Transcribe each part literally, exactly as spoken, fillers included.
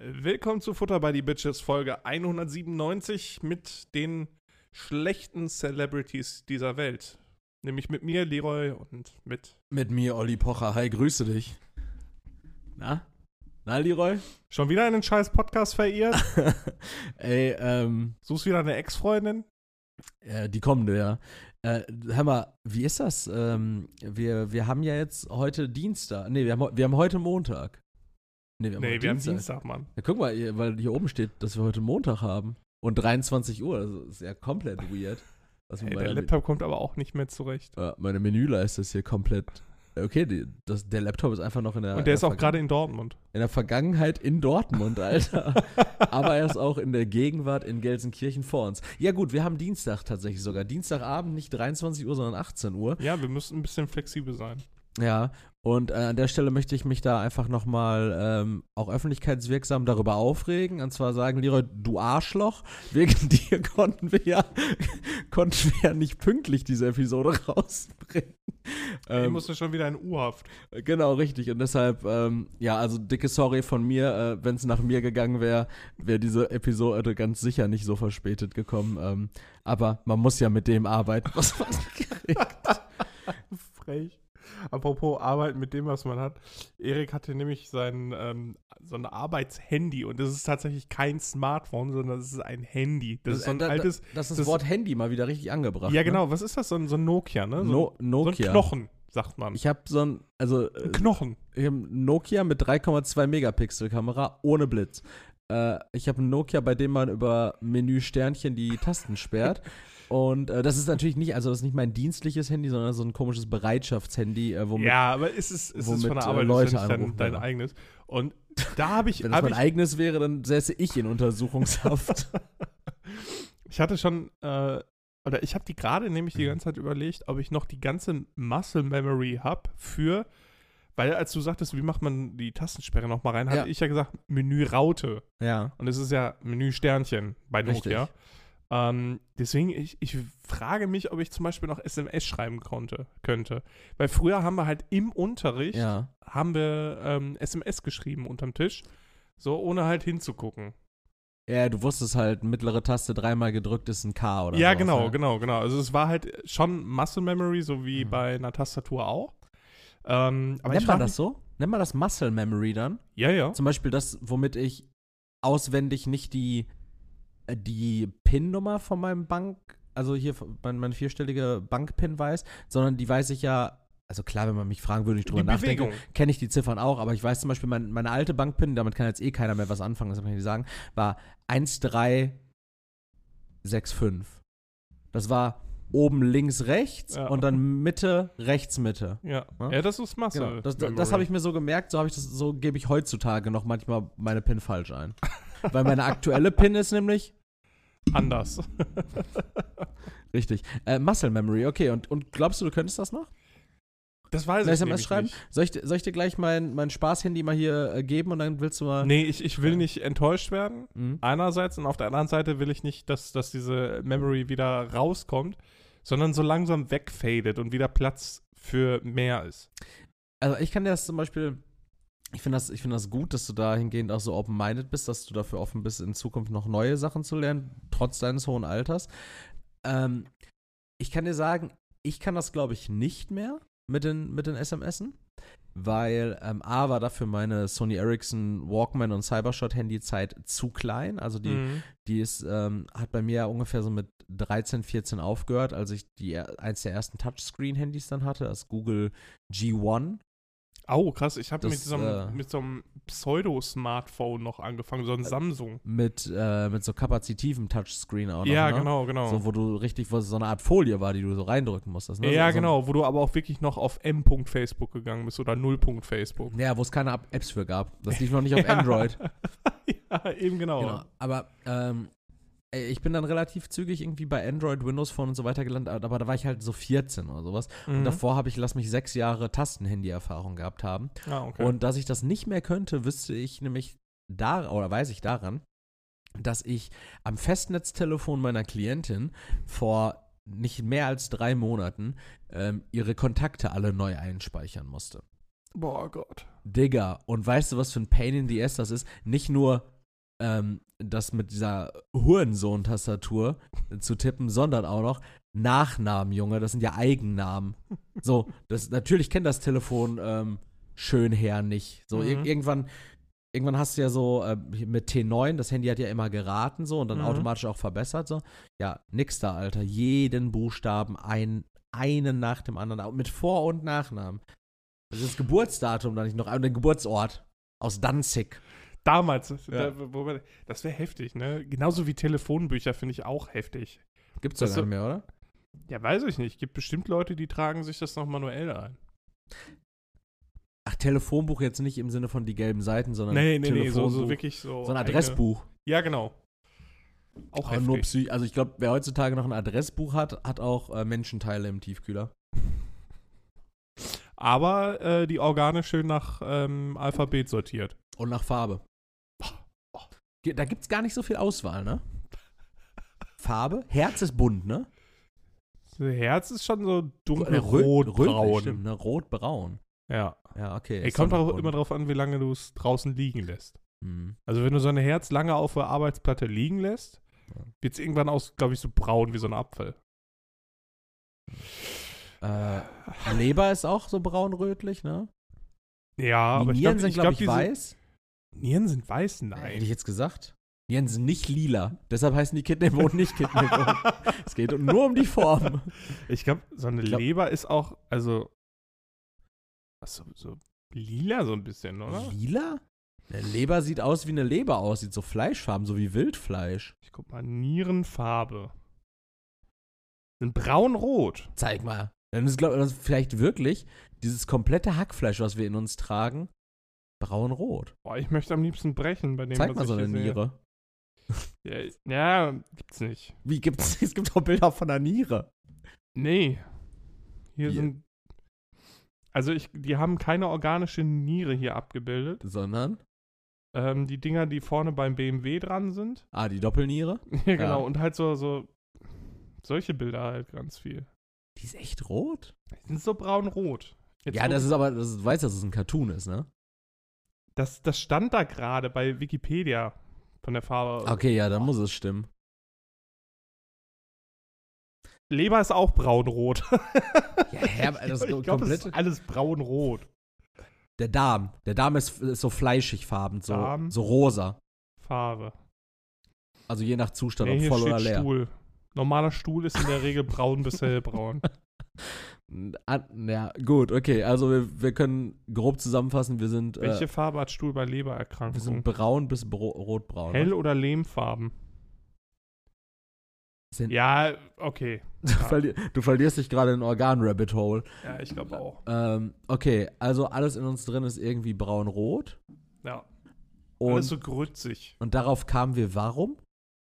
Willkommen zu Futter by the Bitches, Folge hundertsiebenundneunzig mit den schlechten Celebrities dieser Welt. Nämlich mit mir, Leroy, und mit... Mit mir, Olli Pocher. Hi, grüße dich. Na? Na, Leroy? Schon wieder einen scheiß Podcast verirrt? Ey, ähm... Suchst wieder eine Ex-Freundin? Äh, die kommende, ja. Äh, hör mal, wie ist das? Ähm, wir, wir haben ja jetzt heute Dienstag. Nee, wir haben, wir haben heute Montag. Nee, wir haben, nee, wir Dienstag. haben Dienstag, Mann. Ja, guck mal, weil hier oben steht, dass wir heute Montag haben. Und dreiundzwanzig Uhr, das ist ja komplett weird. Hey, der Laptop Me- kommt aber auch nicht mehr zurecht. Ja, meine Menüleiste ist hier komplett... Okay, die, das, der Laptop ist einfach noch in der... Und der ist der auch gerade in Dortmund. In der Vergangenheit in Dortmund, Alter. Aber er ist auch in der Gegenwart in Gelsenkirchen vor uns. Ja gut, wir haben Dienstag tatsächlich sogar. Dienstagabend, nicht dreiundzwanzig Uhr, sondern achtzehn Uhr. Ja, wir müssen ein bisschen flexibel sein. Ja, und äh, an der Stelle möchte ich mich da einfach nochmal ähm, auch öffentlichkeitswirksam darüber aufregen. Und zwar sagen, Leroy, du Arschloch, wegen dir konnten wir ja, konnten wir ja nicht pünktlich diese Episode rausbringen. Ähm, ich musste schon wieder in U-Haft. Genau, richtig. Und deshalb, ähm, ja, also dicke Sorry von mir. Äh, wenn es nach mir gegangen wäre, wäre diese Episode ganz sicher nicht so verspätet gekommen. Ähm, aber man muss ja mit dem arbeiten, was man kriegt. Frech. Apropos Arbeit mit dem, was man hat. Erik hatte nämlich sein ähm, so ein Arbeitshandy und das ist tatsächlich kein Smartphone, sondern das ist ein Handy. Das, das ist so ein da, altes... Das ist das Wort Handy mal wieder richtig angebracht. Ja, genau. Ne? Was ist das? So ein, so ein Nokia, ne? So, no, Nokia. So ein Knochen, sagt man. Ich habe so ein... Also, ein Knochen. Ich habe ein Nokia mit drei Komma zwei Megapixel Kamera ohne Blitz. Äh, ich habe ein Nokia, bei dem man über Menü-Sternchen die Tasten sperrt. Und äh, das ist natürlich nicht, also das ist nicht mein dienstliches Handy, sondern so ein komisches Bereitschaftshandy, äh, womit Ja, aber es ist, es womit, ist von der Arbeit, äh, Leute das ist anrufen, dein, dein ja. eigenes. Und da habe ich... Wenn das hab mein ich, eigenes wäre, dann säße ich in Untersuchungshaft. Ich hatte schon, äh, oder ich habe die gerade nämlich die ganze Zeit überlegt, ob ich noch die ganze Muscle Memory habe für, weil als du sagtest, wie macht man die Tastensperre nochmal rein, hatte Ja. ich ja gesagt, Menü Raute. Ja. Und es ist ja Menü Sternchen bei Nokia. Richtig. Ähm, deswegen, ich, ich frage mich, ob ich zum Beispiel noch S M S schreiben konnte, könnte. Weil früher haben wir halt im Unterricht, Ja. haben wir ähm, S M S geschrieben unterm Tisch, so ohne halt hinzugucken. Ja, du wusstest halt, mittlere Taste dreimal gedrückt ist ein K oder Ja, sowas, genau, ne? genau, genau. Also es war halt schon Muscle Memory, so wie Mhm. bei einer Tastatur auch. Ähm, aber Nennt ich man frag das so? Nennt man das Muscle Memory dann? Ja, ja. Zum Beispiel das, womit ich auswendig nicht die, äh, die PIN-Nummer von meinem Bank, also hier meine, meine vierstellige Bank-PIN weiß, sondern die weiß ich ja, also klar, wenn man mich fragen würde, ich drüber Die nachdenke, Bewegung. kenne ich die Ziffern auch, aber ich weiß zum Beispiel, mein, meine alte Bank-PIN, damit kann jetzt eh keiner mehr was anfangen, das kann ich nicht sagen, war eins drei sechs fünf. Das war oben links rechts Ja. und dann Mitte rechts Mitte. Ja, Ja? ja das ist Muscle Genau. Das, Memory. das habe ich mir so gemerkt, so habe ich das, so gebe ich heutzutage noch manchmal meine PIN falsch ein. Weil meine aktuelle PIN ist nämlich anders. richtig. Äh, Muscle Memory, okay. Und, und glaubst du, du könntest das noch? Das weiß Eine ich S M S nämlich schreiben? nicht. Soll ich, soll ich dir gleich mein, mein Spaß-Handy mal hier äh, geben und dann willst du mal. Nee, ich, ich will nicht enttäuscht werden, Mhm. einerseits, und auf der anderen Seite will ich nicht, dass, dass diese Memory wieder rauskommt, sondern so langsam wegfadet und wieder Platz für mehr ist. Also ich kann dir das zum Beispiel, ich finde das, ich finde das gut, dass du dahingehend auch so open-minded bist, dass du dafür offen bist, in Zukunft noch neue Sachen zu lernen, trotz deines hohen Alters. Ähm, ich kann dir sagen, ich kann das, glaube ich, nicht mehr mit den, mit den S M Sen, weil ähm, A war dafür meine Sony Ericsson Walkman und Cybershot-Handy-Zeit zu klein. Also die, Mhm. die ist, ähm, hat bei mir ja ungefähr so mit dreizehn, vierzehn aufgehört, als ich die, eins der ersten Touchscreen-Handys dann hatte, das Google G eins. Oh, krass, ich habe Das, mit, so einem- äh, mit so einem Pseudo-Smartphone noch angefangen, so ein Samsung. Mit, äh, mit so kapazitivem Touchscreen auch noch, Ja, ne? genau, genau. So, wo du richtig, wo so eine Art Folie war, die du so reindrücken musstest, ne? Ja, so, genau, wo du aber auch wirklich noch auf M. Facebook gegangen bist oder null. Facebook. So, ja, wo es keine App- Apps für gab. Das lief noch nicht auf Ja. Android. Ja, eben genau. Genau. Aber ähm, ey, ich bin dann relativ zügig irgendwie bei Android, Windows Phone und so weiter gelandet, aber da war ich halt so vierzehn oder sowas. Mhm. Und davor habe ich, lass mich sechs Jahre Tastenhandy-Erfahrung gehabt haben. Ah, okay. Und dass ich das nicht mehr könnte, wüsste ich nämlich da, oder weiß ich daran, dass ich am Festnetztelefon meiner Klientin vor nicht mehr als drei Monaten ähm, ihre Kontakte alle neu einspeichern musste. Boah Gott. Digga, und weißt du, was für ein Pain in the ass das ist? Nicht nur ähm, das mit dieser Hurensohn-Tastatur zu tippen, sondern auch noch Nachnamen, Junge, das sind ja Eigennamen. So, das, natürlich kennt das Telefon ähm, Schönherr nicht. So, Mhm. ir- irgendwann, irgendwann hast du ja so äh, mit T neun, das Handy hat ja immer geraten so und dann Mhm. automatisch auch verbessert so. Ja, nix da, Alter. Jeden Buchstaben, ein, einen nach dem anderen, auch mit Vor- und Nachnamen. Das ist das Geburtsdatum dann nicht noch, und der Geburtsort aus Danzig. Damals, Ja. da, wo wir, das wäre heftig, ne? Genauso wie Telefonbücher finde ich auch heftig. Gibt's doch Das gar so- nicht mehr, oder? Ja, weiß ich nicht. Gibt bestimmt Leute, die tragen sich das noch manuell ein. Ach, Telefonbuch jetzt nicht im Sinne von die gelben Seiten, sondern Nee, nee, nee, so, Telefonbuch, so wirklich so. so ein eigene- Adressbuch. Ja, genau. Auch Aber nur heftig. Psy also ich glaube, wer heutzutage noch ein Adressbuch hat, hat auch äh, Menschenteile im Tiefkühler. Aber äh, die Organe schön nach ähm, Alphabet sortiert. Und nach Farbe. Ge- Da gibt's gar nicht so viel Auswahl, ne? Farbe? Herz ist bunt, ne? Das Herz ist schon so Äh, rö- dunkelrot-braun. rötlich, stimmt, ne? Rot-braun. Ja. Ja, okay. Ey, ist kommt schon auch bunt. immer drauf an, wie lange du es draußen liegen lässt. Hm. Also wenn du so ein Herz lange auf der Arbeitsplatte liegen lässt, Ja. wird es irgendwann aus, glaube ich, so braun wie so ein Apfel. Äh, Leber ist auch so braun-rötlich, ne? Ja, Die aber ich Nieren glaube, sind, ich glaube glaub, ich, diese weiß. Nieren sind weiß? Hätte Nein. ich jetzt gesagt. Nieren sind nicht lila. Deshalb heißen die Kidneybohnen nicht Kidneybohnen. Es geht nur um die Form. Ich glaube, so eine Ich glaub- Leber ist auch, also, was, so, so lila so ein bisschen, oder? Lila? Eine Leber sieht aus, wie eine Leber aussieht. So Fleischfarben, so wie Wildfleisch. Ich guck mal, Nierenfarbe. Sind braun-rot. Zeig mal. Dann ist, glaube ich, vielleicht wirklich dieses komplette Hackfleisch, was wir in uns tragen, braun-rot. Boah, ich möchte am liebsten brechen bei dem, Zeig was mal ich so eine hier sehe. Niere. Ja, ja, gibt's nicht. Wie gibt's? Es gibt auch Bilder von einer Niere. Nee. Hier Wie? sind, also ich, die haben keine organische Niere hier abgebildet. Sondern? Ähm, die Dinger, die vorne beim B M W dran sind. Ah, die Doppelniere. Ja, genau. Ja. Und halt so, so, solche Bilder halt ganz viel. Die ist echt rot? Die sind so braun-rot. Jetzt Ja, guck- das ist aber, das ist, du weißt, dass es ein Cartoon ist, ne? Das, das stand da gerade bei Wikipedia von der Farbe. Okay, ja, dann muss es stimmen. Leber ist auch braun-rot. Ja, hä, das ist ich glaube, das komplett. ist alles braun-rot. Der Darm. Der Darm ist, ist so fleischig farben, so, Darm. so rosa. Farbe. Also je nach Zustand, Nee, ob hier voll oder steht leer. Stuhl. Normaler Stuhl ist in der Regel braun bis hellbraun. Ah, ja, gut, okay. Also wir, wir können grob zusammenfassen, wir sind, Welche äh, Farbe hat Stuhl bei wir sind Lebererkrankungen? braun bis bro rotbraun. Hell- oder Lehmfarben? Sind, Ja, okay. du, verli du verlierst dich gerade in Organ-Rabbit-Hole. Ja, ich glaube auch. Ähm, okay, also alles in uns drin ist irgendwie braun-rot. Ja. Und, Alles so grützig. und darauf kamen wir warum?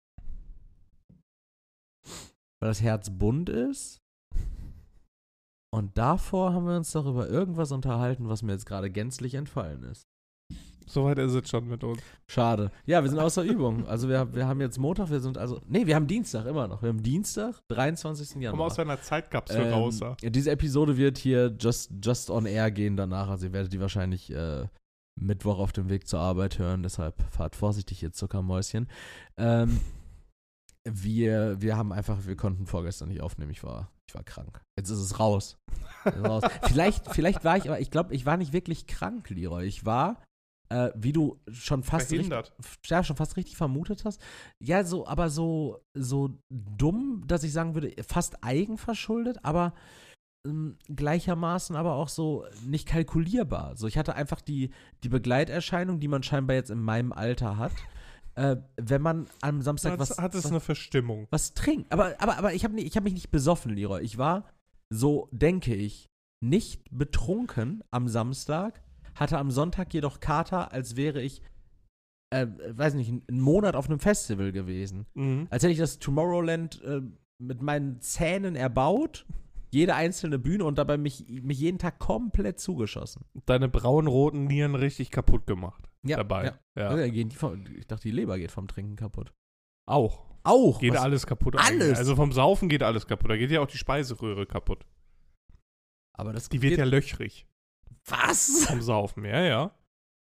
Weil das Herz bunt ist. Und davor haben wir uns doch über irgendwas unterhalten, was mir jetzt gerade gänzlich entfallen ist. Soweit ist es schon mit uns. Schade. Ja, wir sind außer Übung. Also wir, wir haben jetzt Montag, wir sind also, nee, wir haben Dienstag immer noch. Wir haben Dienstag, dreiundzwanzigsten Komm Januar. aus deiner Zeitkapsel Ähm, raus. Ja. Diese Episode wird hier just, just on air gehen danach. Also ihr werdet die wahrscheinlich äh, Mittwoch auf dem Weg zur Arbeit hören. Deshalb fahrt vorsichtig, ihr Zuckermäuschen. Ähm, wir, wir haben einfach, wir konnten vorgestern nicht aufnehmen. Ich war, ich war krank. Jetzt ist es raus. Jetzt ist es raus. vielleicht, vielleicht war ich, aber ich glaube, ich war nicht wirklich krank, Leroy. Ich war, äh, wie du schon fast richtig, Verhindert. ja, schon fast richtig vermutet hast. Ja, so, aber so, so dumm, dass ich sagen würde, fast eigenverschuldet, aber ähm, gleichermaßen aber auch so nicht kalkulierbar. So, ich hatte einfach die, die Begleiterscheinung, die man scheinbar jetzt in meinem Alter hat, äh, wenn man am Samstag Hat, was, hat es was, eine Verstimmung. was trinkt. Aber, aber, aber ich habe ich hab mich nicht besoffen, Leroy. Ich war, so denke ich, nicht betrunken am Samstag, hatte am Sonntag jedoch Kater, als wäre ich, äh, weiß nicht, einen Monat auf einem Festival gewesen. Mhm. Als hätte ich das Tomorrowland äh, mit meinen Zähnen erbaut, jede einzelne Bühne und dabei mich, mich jeden Tag komplett zugeschossen. Deine braun-roten Nieren richtig kaputt gemacht. Ja, dabei. ja. Ja. Ja, gehen die vom, ich dachte, die Leber geht vom Trinken kaputt. Auch. Auch? Geht was? alles kaputt. Alles? eigentlich. Also vom Saufen geht alles kaputt. Da geht ja auch die Speiseröhre kaputt. Aber das Die wird geht, ja löchrig was? vom Saufen. Ja, ja.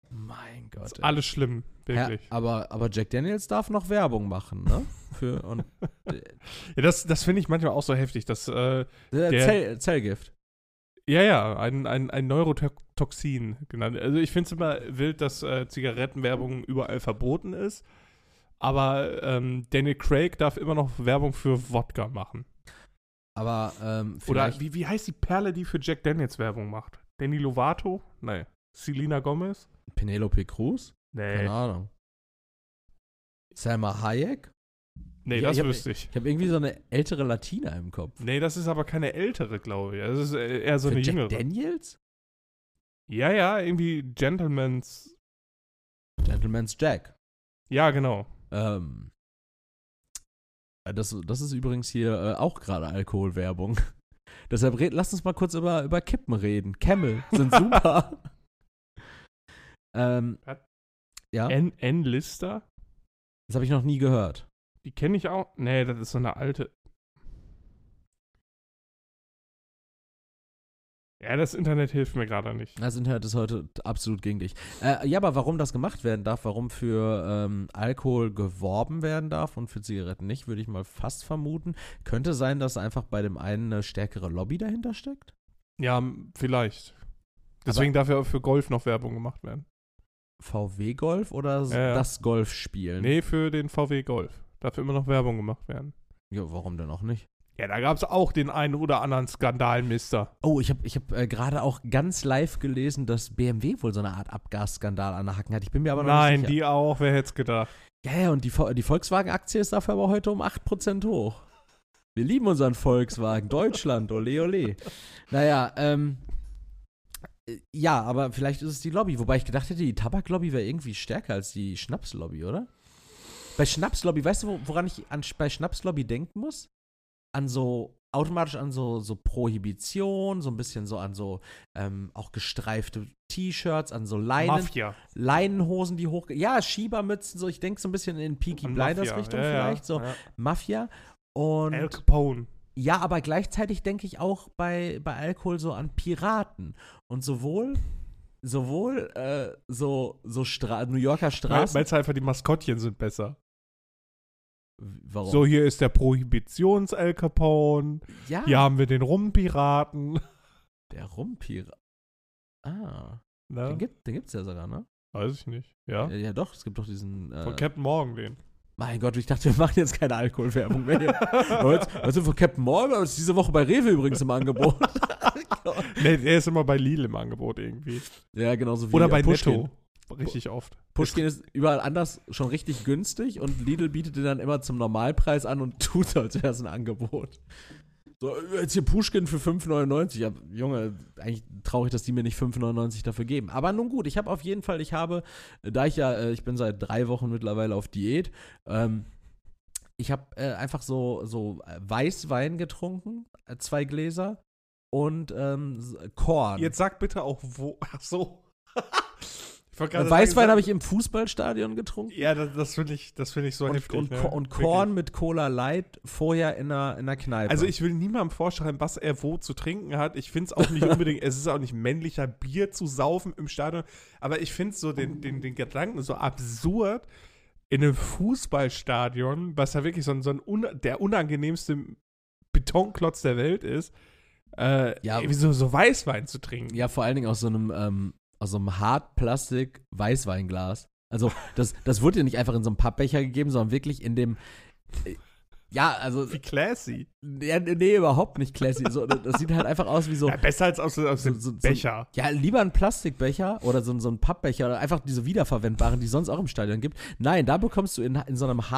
Mein Gott. Ist alles schlimm, wirklich. Ja, aber, aber Jack Daniels darf noch Werbung machen, ne? Für, und, ja, das, das finde ich manchmal auch so heftig, dass äh, der, Zell, Zellgift. Ja, ja, ein, ein, ein Neurotoxin genannt. Also ich finde es immer wild, dass äh, Zigarettenwerbung überall verboten ist, aber ähm, Daniel Craig darf immer noch Werbung für Wodka machen. Aber ähm, Oder wie, wie heißt die Perle, die für Jack Daniels Werbung macht? Demi Lovato? Nee. Selena Gomez? Penelope Cruz? Nee. Keine Ahnung. Salma Hayek? Nee, ich, das ich hab, wüsste ich. Ich habe irgendwie so eine ältere Latina im Kopf. Nee, das ist aber keine ältere, glaube ich. Das ist eher so Für eine Jack jüngere. Daniels? Ja, ja, irgendwie Gentleman's. Gentleman's Jack. Ja, genau. Ähm. Das, das ist übrigens hier äh, auch gerade Alkoholwerbung. Deshalb red, lass uns mal kurz über, über Kippen reden. Camel sind super. ähm, ja. N, N Lister? Das habe ich noch nie gehört. Die kenne ich auch. Nee, das ist so eine alte. Ja, das Internet hilft mir gerade nicht. Das Internet ist heute absolut gegen dich. Äh, ja, aber warum das gemacht werden darf, warum für ähm, Alkohol geworben werden darf und für Zigaretten nicht, würde ich mal fast vermuten. Könnte sein, dass einfach bei dem einen eine stärkere Lobby dahinter steckt? Ja, vielleicht. Deswegen aber darf ja auch für Golf noch Werbung gemacht werden. V W-Golf oder ja, ja. das Golfspielen? Nee, für den V W Golf. Darf immer noch Werbung gemacht werden. Ja, warum denn auch nicht? Ja, da gab es auch den einen oder anderen Skandalmister. Oh, ich habe ich hab, äh, gerade auch ganz live gelesen, dass B M W wohl so eine Art Abgasskandal an der Hacken hat. Ich bin mir aber noch Nein, nicht sicher. Nein, die auch, wer hätte es gedacht. Ja, ja, und die, die Volkswagen-Aktie ist dafür aber heute um acht Prozent hoch. Wir lieben unseren Volkswagen. Deutschland, ole, ole. Naja, ähm, ja, aber vielleicht ist es die Lobby. Wobei ich gedacht hätte, die Tabaklobby wäre irgendwie stärker als die Schnapslobby, oder? Bei Schnapslobby, weißt du, woran ich an, bei Schnapslobby denken muss? An so, automatisch an so, so Prohibition, so ein bisschen so an so ähm, auch gestreifte T-Shirts, an so Leinen, Mafia. Leinenhosen, die hoch, ja, Schiebermützen, so, ich denke so ein bisschen in Peaky Blinders Richtung ja, vielleicht, so ja. Mafia. Und Al Capone. Ja, aber gleichzeitig denke ich auch bei, bei Alkohol so an Piraten. Und sowohl, sowohl äh, so, so Stra- New Yorker Straßen. Meinst du einfach, die Maskottchen sind besser? Warum? So, hier ist der Prohibitions-Al Capone. Ja. Hier haben wir den Rumpiraten. Der Rumpirat. Ah. Ne? Den, gibt, den gibt's ja sogar, ne? Weiß ich nicht. Ja? Ja, ja doch, es gibt doch diesen. Äh, von Captain Morgan den. Mein Gott, ich dachte, wir machen jetzt keine Alkoholwerbung mehr. jetzt, also von Captain Morgan, das ist diese Woche bei Rewe übrigens im Angebot. Nee, der ist immer bei Lidl im Angebot irgendwie. Ja, genauso wie Oder bei Pushkin. Netto. Richtig oft. Pushkin ist überall anders schon richtig günstig und Lidl bietet den dann immer zum Normalpreis an und tut, als wäre es ein Angebot. So, jetzt hier Pushkin für fünf neunundneunzig. Ja, Junge, eigentlich traurig, dass die mir nicht fünf neunundneunzig dafür geben. Aber nun gut, ich habe auf jeden Fall, ich habe, da ich ja, ich bin seit drei Wochen mittlerweile auf Diät, ähm, ich habe äh, einfach so, so Weißwein getrunken, äh, zwei Gläser und ähm, Korn. Jetzt sag bitte auch, wo, ach so. Weißwein habe ich im Fußballstadion getrunken. Ja, das, das finde ich, das find ich so und, heftig. Und, ne? und Korn mit Cola Light vorher in einer, in einer Kneipe. Also ich will niemandem vorschreiben, was er wo zu trinken hat. Ich finde es auch nicht unbedingt, es ist auch nicht männlicher, Bier zu saufen im Stadion. Aber ich finde so den, den, den Gedanken so absurd, in einem Fußballstadion, was ja wirklich so ein, so ein un, der unangenehmste Betonklotz der Welt ist, äh, ja, so, so Weißwein zu trinken. Ja, vor allen Dingen aus so einem ähm, aus so einem Hartplastik-Weißweinglas. Also, das, das wurde ja nicht einfach in so einem Pappbecher gegeben, sondern wirklich in dem. Äh, ja, also. Wie classy. Ja, nee, überhaupt nicht classy. So, das sieht halt einfach aus wie so. Ja, besser als aus, aus dem so, so, So, Becher. ja, lieber ein Plastikbecher oder so, so ein Pappbecher oder einfach diese wiederverwendbaren, die es sonst auch im Stadion gibt. Nein, da bekommst du in, in so einem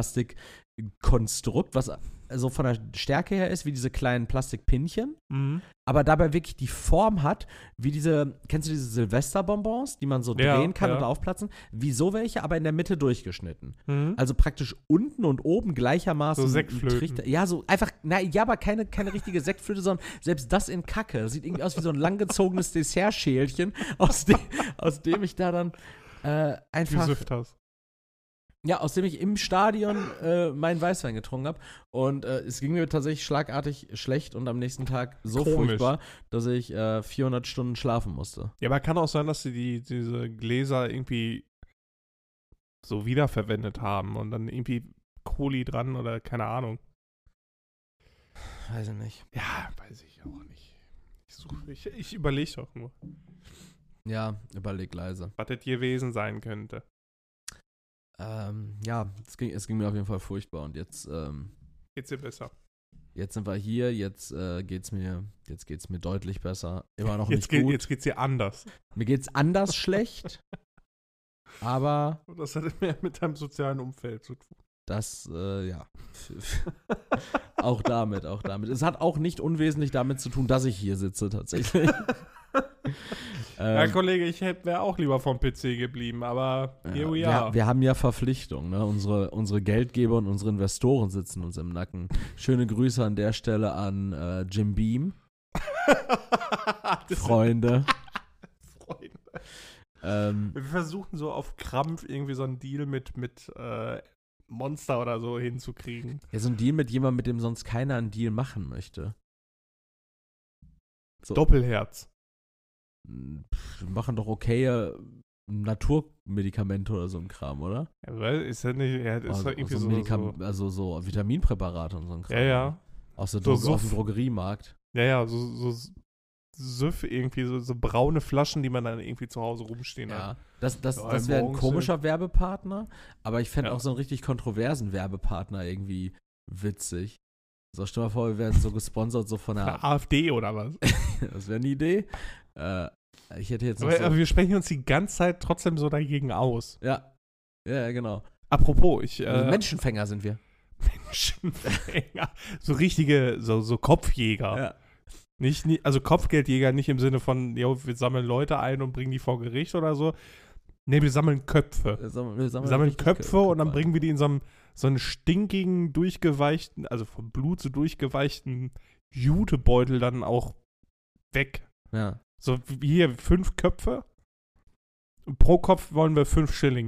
Hartplastik-Konstrukt, was so von der Stärke her ist, wie diese kleinen Plastikpinnchen, mhm. aber dabei wirklich die Form hat, wie diese, kennst du diese Silvesterbonbons, die man so ja, drehen kann ja. und aufplatzen? Wie so welche, aber in der Mitte durchgeschnitten. Mhm. Also praktisch unten und oben gleichermaßen. So Sektflöten. Trichter. Ja, so einfach, na ja, aber keine, keine richtige Sektflöte, sondern selbst das in Kacke. Das sieht irgendwie aus wie so ein langgezogenes Dessertschälchen, aus, de, aus dem ich da dann äh, einfach. Gesüfft hast. Ja, aus dem ich im Stadion äh, meinen Weißwein getrunken habe. Und äh, es ging mir tatsächlich schlagartig schlecht und am nächsten Tag so Komisch. furchtbar, dass ich äh, vierhundert Stunden schlafen musste. Ja, aber kann auch sein, dass sie die, diese Gläser irgendwie so wiederverwendet haben und dann irgendwie Kohli dran oder keine Ahnung. Weiß ich nicht. Ja, weiß ich auch nicht. Ich, such, ich, ich überlege doch nur, Ja, überleg leise. was das gewesen sein könnte. Ähm, ja, es ging, es ging mir auf jeden Fall furchtbar und jetzt, ähm, Geht's dir besser? jetzt sind wir hier, jetzt äh, geht's mir, jetzt geht's mir deutlich besser. Immer noch Jetzt, nicht geht, gut. jetzt geht's dir anders. Mir geht's anders schlecht, aber Und das hat mehr mit deinem sozialen Umfeld zu tun. das, äh, ja. auch damit, auch damit. Es hat auch nicht unwesentlich damit zu tun, dass ich hier sitze, tatsächlich. Ja, ähm, Kollege, ich wäre auch lieber vom P C geblieben, aber here we wir, are. wir haben ja Verpflichtungen, ne? Unsere, unsere Geldgeber und unsere Investoren sitzen uns im Nacken. Schöne Grüße an der Stelle an äh, Jim Beam. Freunde. Freunde. Ähm, Wir versuchen so auf Krampf irgendwie so einen Deal mit, mit äh, Monster oder so hinzukriegen. ja, so ein Deal mit jemandem, mit dem sonst keiner einen Deal machen möchte. So. Doppelherz. Pff, wir machen doch okaye Naturmedikamente oder so ein Kram, oder? Ja, weil ist ja nicht, ja, das ist Also, doch irgendwie so so, Medikam- so. also so Vitaminpräparate und so ein Kram. Ja, ja. Aus, der So Dro- aus dem Suff. Drogeriemarkt. Ja, ja, so, so Süff irgendwie, so, so braune Flaschen, die man dann irgendwie zu Hause rumstehen hat. Ja, das, das, Ja, das wäre ein morgens, komischer Werbepartner, aber ich fände Ja. auch so einen richtig kontroversen Werbepartner irgendwie witzig. So, stell dir mal vor, wir werden so gesponsert, so von Eine der, AfD oder was? das wäre eine Idee. Äh, ich hätte jetzt noch Aber, so, aber wir sprechen uns die ganze Zeit trotzdem so dagegen aus. ja, ja, genau. Apropos, ich, Also äh, Menschenfänger sind wir. Menschenfänger, so richtige, so, so Kopfjäger. Ja. Nicht, nie- also Kopfgeldjäger nicht im Sinne von, jo, wir sammeln Leute ein und bringen die vor Gericht oder so. Nee, wir sammeln Köpfe. Wir sammeln, Wir sammeln richtig Köpfe und dann ein. bringen wir die in so einem, so einen stinkigen, durchgeweichten, also vom Blut so durchgeweichten Jutebeutel dann auch weg. Ja. So wie hier, fünf Köpfe. Pro Kopf wollen wir fünf Schilling.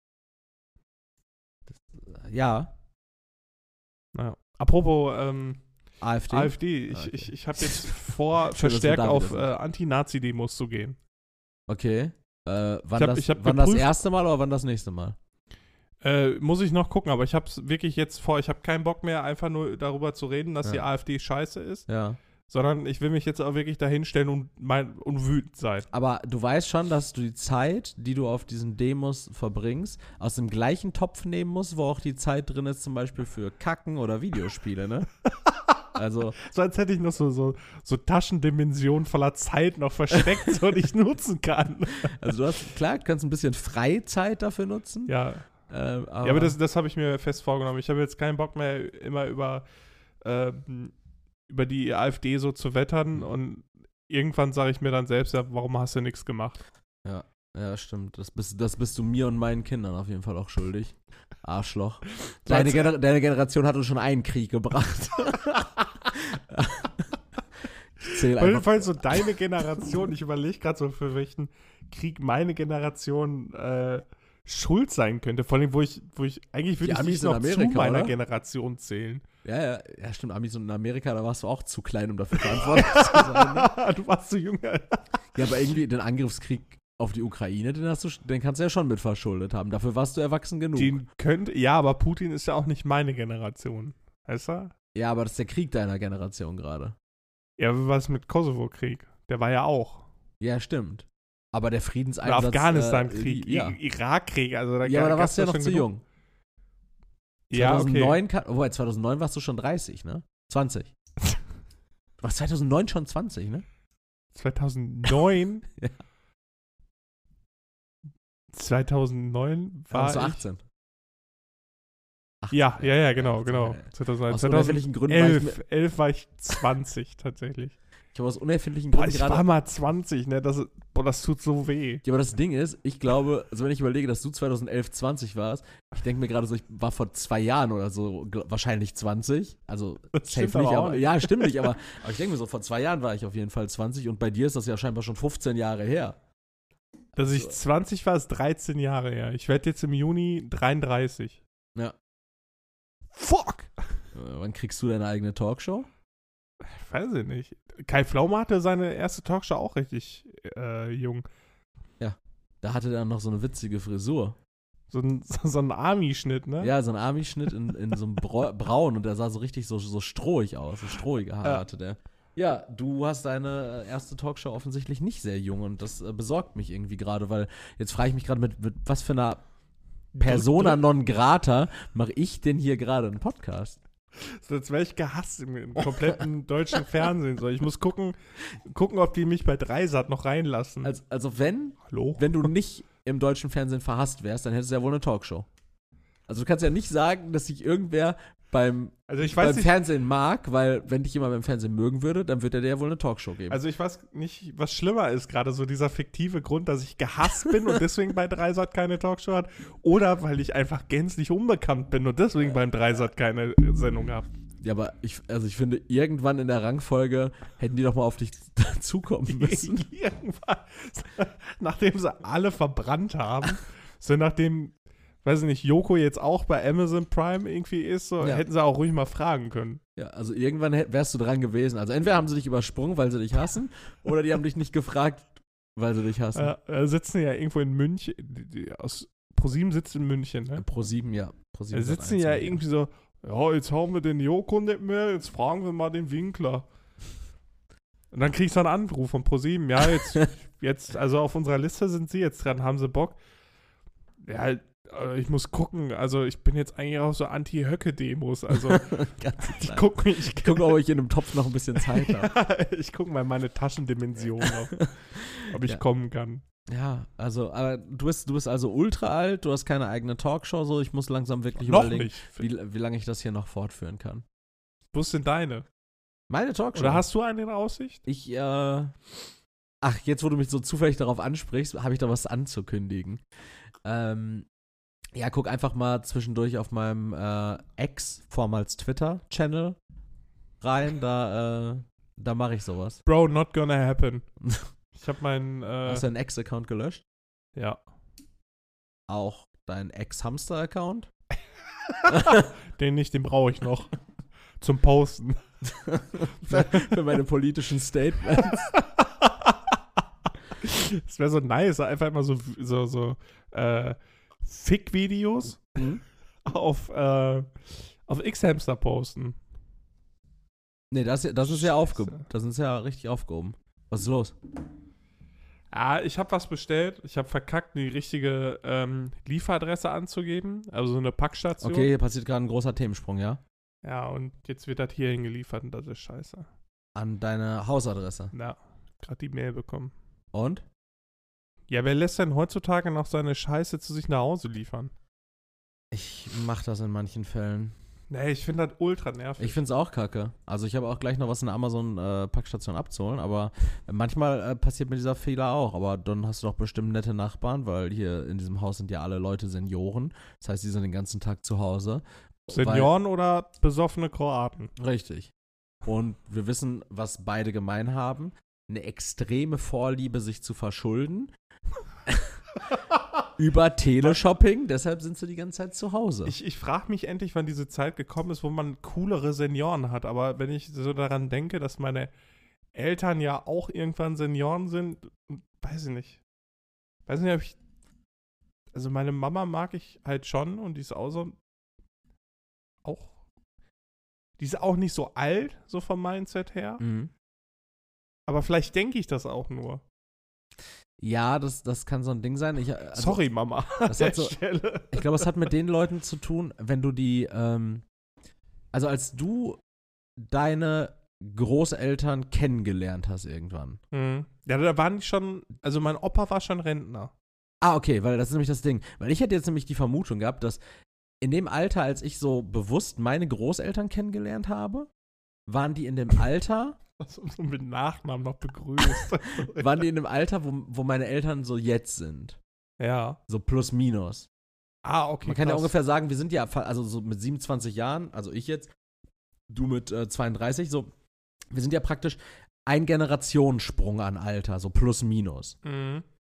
Ja, Ja. Apropos ähm, AfD. AfD, ich, Ah, okay. ich, ich habe jetzt vor, Schön, dass wir verstärkt da auf wieder äh, Anti-Nazi-Demos zu gehen. Okay. Äh, wann Ich hab- das, ich hab wann das geprüft- erste Mal oder wann das nächste Mal? Äh, muss ich noch gucken, aber ich habe es wirklich jetzt vor, ich habe keinen Bock mehr, einfach nur darüber zu reden, dass Ja. die AfD scheiße ist, Ja. sondern ich will mich jetzt auch wirklich dahinstellen und, mein, und wütend sein. Aber du weißt schon, dass du die Zeit, die du auf diesen Demos verbringst, aus dem gleichen Topf nehmen musst, wo auch die Zeit drin ist, zum Beispiel für Kacken oder Videospiele, ne? Also, So als hätte ich noch so, so, so Taschendimensionen voller Zeit noch versteckt, so die ich nutzen kann. also du hast, klar, du kannst ein bisschen Freizeit dafür nutzen. Ja, Ähm, aber, ja aber das, das habe ich mir fest vorgenommen. Ich habe jetzt keinen Bock mehr, immer über, ähm, über die AfD so zu wettern und irgendwann sage ich mir dann selbst, ja, warum hast du nichts gemacht? ja, stimmt. Das bist, das bist du mir und meinen Kindern auf jeden Fall auch schuldig. Arschloch. Deine, Gener deine Generation hat uns schon einen Krieg gebracht. ich zähle Auf jeden einfach. Fall so deine Generation, ich überlege gerade so, für welchen Krieg meine Generation äh, schuld sein könnte. Vor allem, wo ich, wo ich, eigentlich würde Die ich Amis dich noch in Amerika, zu meiner oder? Generation zählen. Ja, ja, ja, stimmt. Amis und in Amerika, da warst du auch zu klein, um dafür verantwortlich zu sein. Ne? Du warst zu jung. Ja, aber irgendwie den Angriffskrieg auf die Ukraine, den hast du, den kannst du ja schon mit verschuldet haben. Dafür warst du erwachsen genug. Den könnte, ja, aber Putin ist ja auch nicht meine Generation. Weißt du? Ja, aber das ist der Krieg deiner Generation gerade. Ja, was mit Kosovo-Krieg? Der war ja auch. Ja, stimmt. Aber der Oder Friedenseinsatz. Afghanistan-Krieg, Äh, ja. I- Irak-Krieg. Also da ja, aber da warst du ja gab's noch zu schon genug. jung. Ja, okay. zweitausendneun, kann, wobei, zweitausendneun warst du schon dreißig, ne? zwanzig. Du warst zweitausendneun schon zwanzig, ne? zweitausendneun? Ja. zweitausendneun Da war warst du ich, achtzehn. Ja, ja, ja, genau, achtzehn, genau. ja, ja. zweitausendneun. Aus unerfindlichen Gründen war ich, zweitausendelf mir- elf war ich zwanzig tatsächlich. ich habe aus unerfindlichen Boah, Gründen ich war gerade. mal zwanzig, ne? Das, ist- boah, das tut so weh. Ja, aber das Ding ist, ich glaube, also wenn ich überlege, dass du zweitausendelf zwanzig warst, ich denke mir gerade so, ich war vor zwei Jahren oder so gl- wahrscheinlich zwanzig. Also Das safe stimmt nicht, aber auch aber nicht. ja, stimmt nicht, aber, aber ich denke mir so, vor zwei Jahren war ich auf jeden Fall zwanzig und bei dir ist das ja scheinbar schon fünfzehn Jahre her. Dass ich zwanzig war, ist dreizehn Jahre her. Ich werde jetzt im Juni dreiunddreißig. Ja. Fuck! Äh, Wann kriegst du deine eigene Talkshow? Ich weiß ich nicht. Kai Pflaume hatte seine erste Talkshow auch richtig äh, jung. Da hatte er noch so eine witzige Frisur. So ein, so, so ein Army-Schnitt, ne? Ja, so ein Army-Schnitt in, in so einem Bra Braun und der sah so richtig so, so strohig aus. So strohige Haare Ja. hatte der. Ja, du hast deine erste Talkshow offensichtlich nicht sehr jung und das äh, besorgt mich irgendwie gerade, weil jetzt frage ich mich gerade, mit, mit was für einer Persona non grata mache ich denn hier gerade einen Podcast? So, als wäre ich gehasst im, im kompletten deutschen Fernsehen. So, ich muss gucken, gucken, ob die mich bei Dreisat noch reinlassen. Also, also wenn, Hallo? wenn du nicht im deutschen Fernsehen verhasst wärst, dann hättest du ja wohl eine Talkshow. Also du kannst ja nicht sagen, dass sich irgendwer beim, Also ich weiß beim nicht, Fernsehen mag, weil wenn dich jemand beim Fernsehen mögen würde, dann würde er dir ja wohl eine Talkshow geben. also ich weiß nicht, was schlimmer ist gerade, so dieser fiktive Grund, dass ich gehasst bin und deswegen bei Dreisat keine Talkshow hat, oder weil ich einfach gänzlich unbekannt bin und deswegen beim Dreisat keine Sendung habe. Ja, aber ich, also ich finde, irgendwann in der Rangfolge hätten die doch mal auf dich zukommen müssen. Irgendwann, nachdem sie alle verbrannt haben, so nachdem, weiß ich nicht, Joko jetzt auch bei Amazon Prime irgendwie ist, so Ja. hätten sie auch ruhig mal fragen können. Ja, also irgendwann hätt- wärst du dran gewesen. Also entweder haben sie dich übersprungen, weil sie dich hassen, oder die haben dich nicht gefragt, weil sie dich hassen. Äh, äh, sitzen ja irgendwo in München, die, die, aus ProSieben sitzt in München, ne? Pro sieben, ja. Pro sieben Da sitzen ja irgendwie so, ja, jetzt haben wir den Joko nicht mehr, jetzt fragen wir mal den Winkler. Und dann kriegst du einen Anruf von ProSieben, ja, jetzt, jetzt, also auf unserer Liste sind sie jetzt dran, haben sie Bock? Ja, äh, ich muss gucken, also ich bin jetzt eigentlich auf so Anti-Höcke-Demos, also ich gucke ich, Ich gucke, ob ich in einem Topf noch ein bisschen Zeit habe. ja, ich gucke mal meine Taschendimension, ob, ob ich Ja. kommen kann. Ja, also, aber du bist, du bist also ultra alt, du hast keine eigene Talkshow, so ich muss langsam wirklich Noch überlegen, nicht. wie, wie lange ich das hier noch fortführen kann. Wo ist denn deine? Meine Talkshow? Oder hast du eine in Aussicht? Ich, äh, ach, jetzt, wo du mich so zufällig darauf ansprichst, habe ich da was anzukündigen. Ähm, ja, guck einfach mal zwischendurch auf meinem äh, Ex, vormals Twitter-Channel rein, da, äh, da mache ich sowas. Bro, not gonna happen. Ich habe meinen, äh, Hast du deinen Ex-Account gelöscht? ja. Auch deinen Ex-Hamster-Account? Den nicht, den brauche ich noch. Zum Posten. für, für meine politischen Statements. Das wäre so nice, einfach immer so, so, so äh, Fick-Videos Mhm. auf, äh, auf X-Hamster posten. Nee, das, das ist ja Scheiße. aufgehoben. Das ist ja richtig aufgehoben. Was ist los? Ah, ich habe was bestellt. Ich habe verkackt, die richtige ähm, Lieferadresse anzugeben. Also so eine Packstation. Okay, hier passiert gerade ein großer Themensprung, ja? Ja, und jetzt wird das hier hingeliefert und das ist scheiße. An deine Hausadresse. Na, gerade die Mail bekommen. Und? Ja, wer lässt denn heutzutage noch seine Scheiße zu sich nach Hause liefern? Ich mach das in manchen Fällen. Nee, ich finde das ultra nervig. Ich find's auch kacke. Also ich habe auch gleich noch was in der Amazon-Packstation abzuholen, aber manchmal äh, passiert mir dieser Fehler auch. Aber dann hast du doch bestimmt nette Nachbarn, weil hier in diesem Haus sind ja alle Leute Senioren. Das heißt, die sind den ganzen Tag zu Hause. Senioren oder besoffene Kroaten? Weil, richtig. Und wir wissen, was beide gemein haben. Eine extreme Vorliebe, sich zu verschulden. Über Teleshopping, deshalb sind sie die ganze Zeit zu Hause. Ich, ich frage mich endlich, wann diese Zeit gekommen ist, wo man coolere Senioren hat. Aber wenn ich so daran denke, dass meine Eltern ja auch irgendwann Senioren sind, weiß ich nicht. Weiß nicht, ob ich. Also meine Mama mag ich halt schon und die ist auch so. Auch. Die ist auch nicht so alt, so vom Mindset her. Mhm. Aber vielleicht denke ich das auch nur. Ja, das, das kann so ein Ding sein. Ich, also, Sorry, Mama. An das der hat so- Stelle. Ich glaube, es hat mit den Leuten zu tun, wenn du die, ähm, also als du deine Großeltern kennengelernt hast irgendwann. Mhm. Ja, da waren die schon. Also mein Opa war schon Rentner. Ah, okay, weil das ist nämlich das Ding. Weil ich hätte jetzt nämlich die Vermutung gehabt, dass in dem Alter, als ich so bewusst meine Großeltern kennengelernt habe, waren die in dem Alter, So mit Nachnamen noch begrüßt. waren die in dem Alter, wo, wo meine Eltern so jetzt sind. Ja. So plus minus. Ah, okay. Man kann ja krass. ungefähr sagen, wir sind ja, fa- also so mit siebenundzwanzig Jahren, also ich jetzt, du mit äh, zweiunddreißig, so, wir sind ja praktisch ein Generationssprung an Alter, so plus minus. Mhm.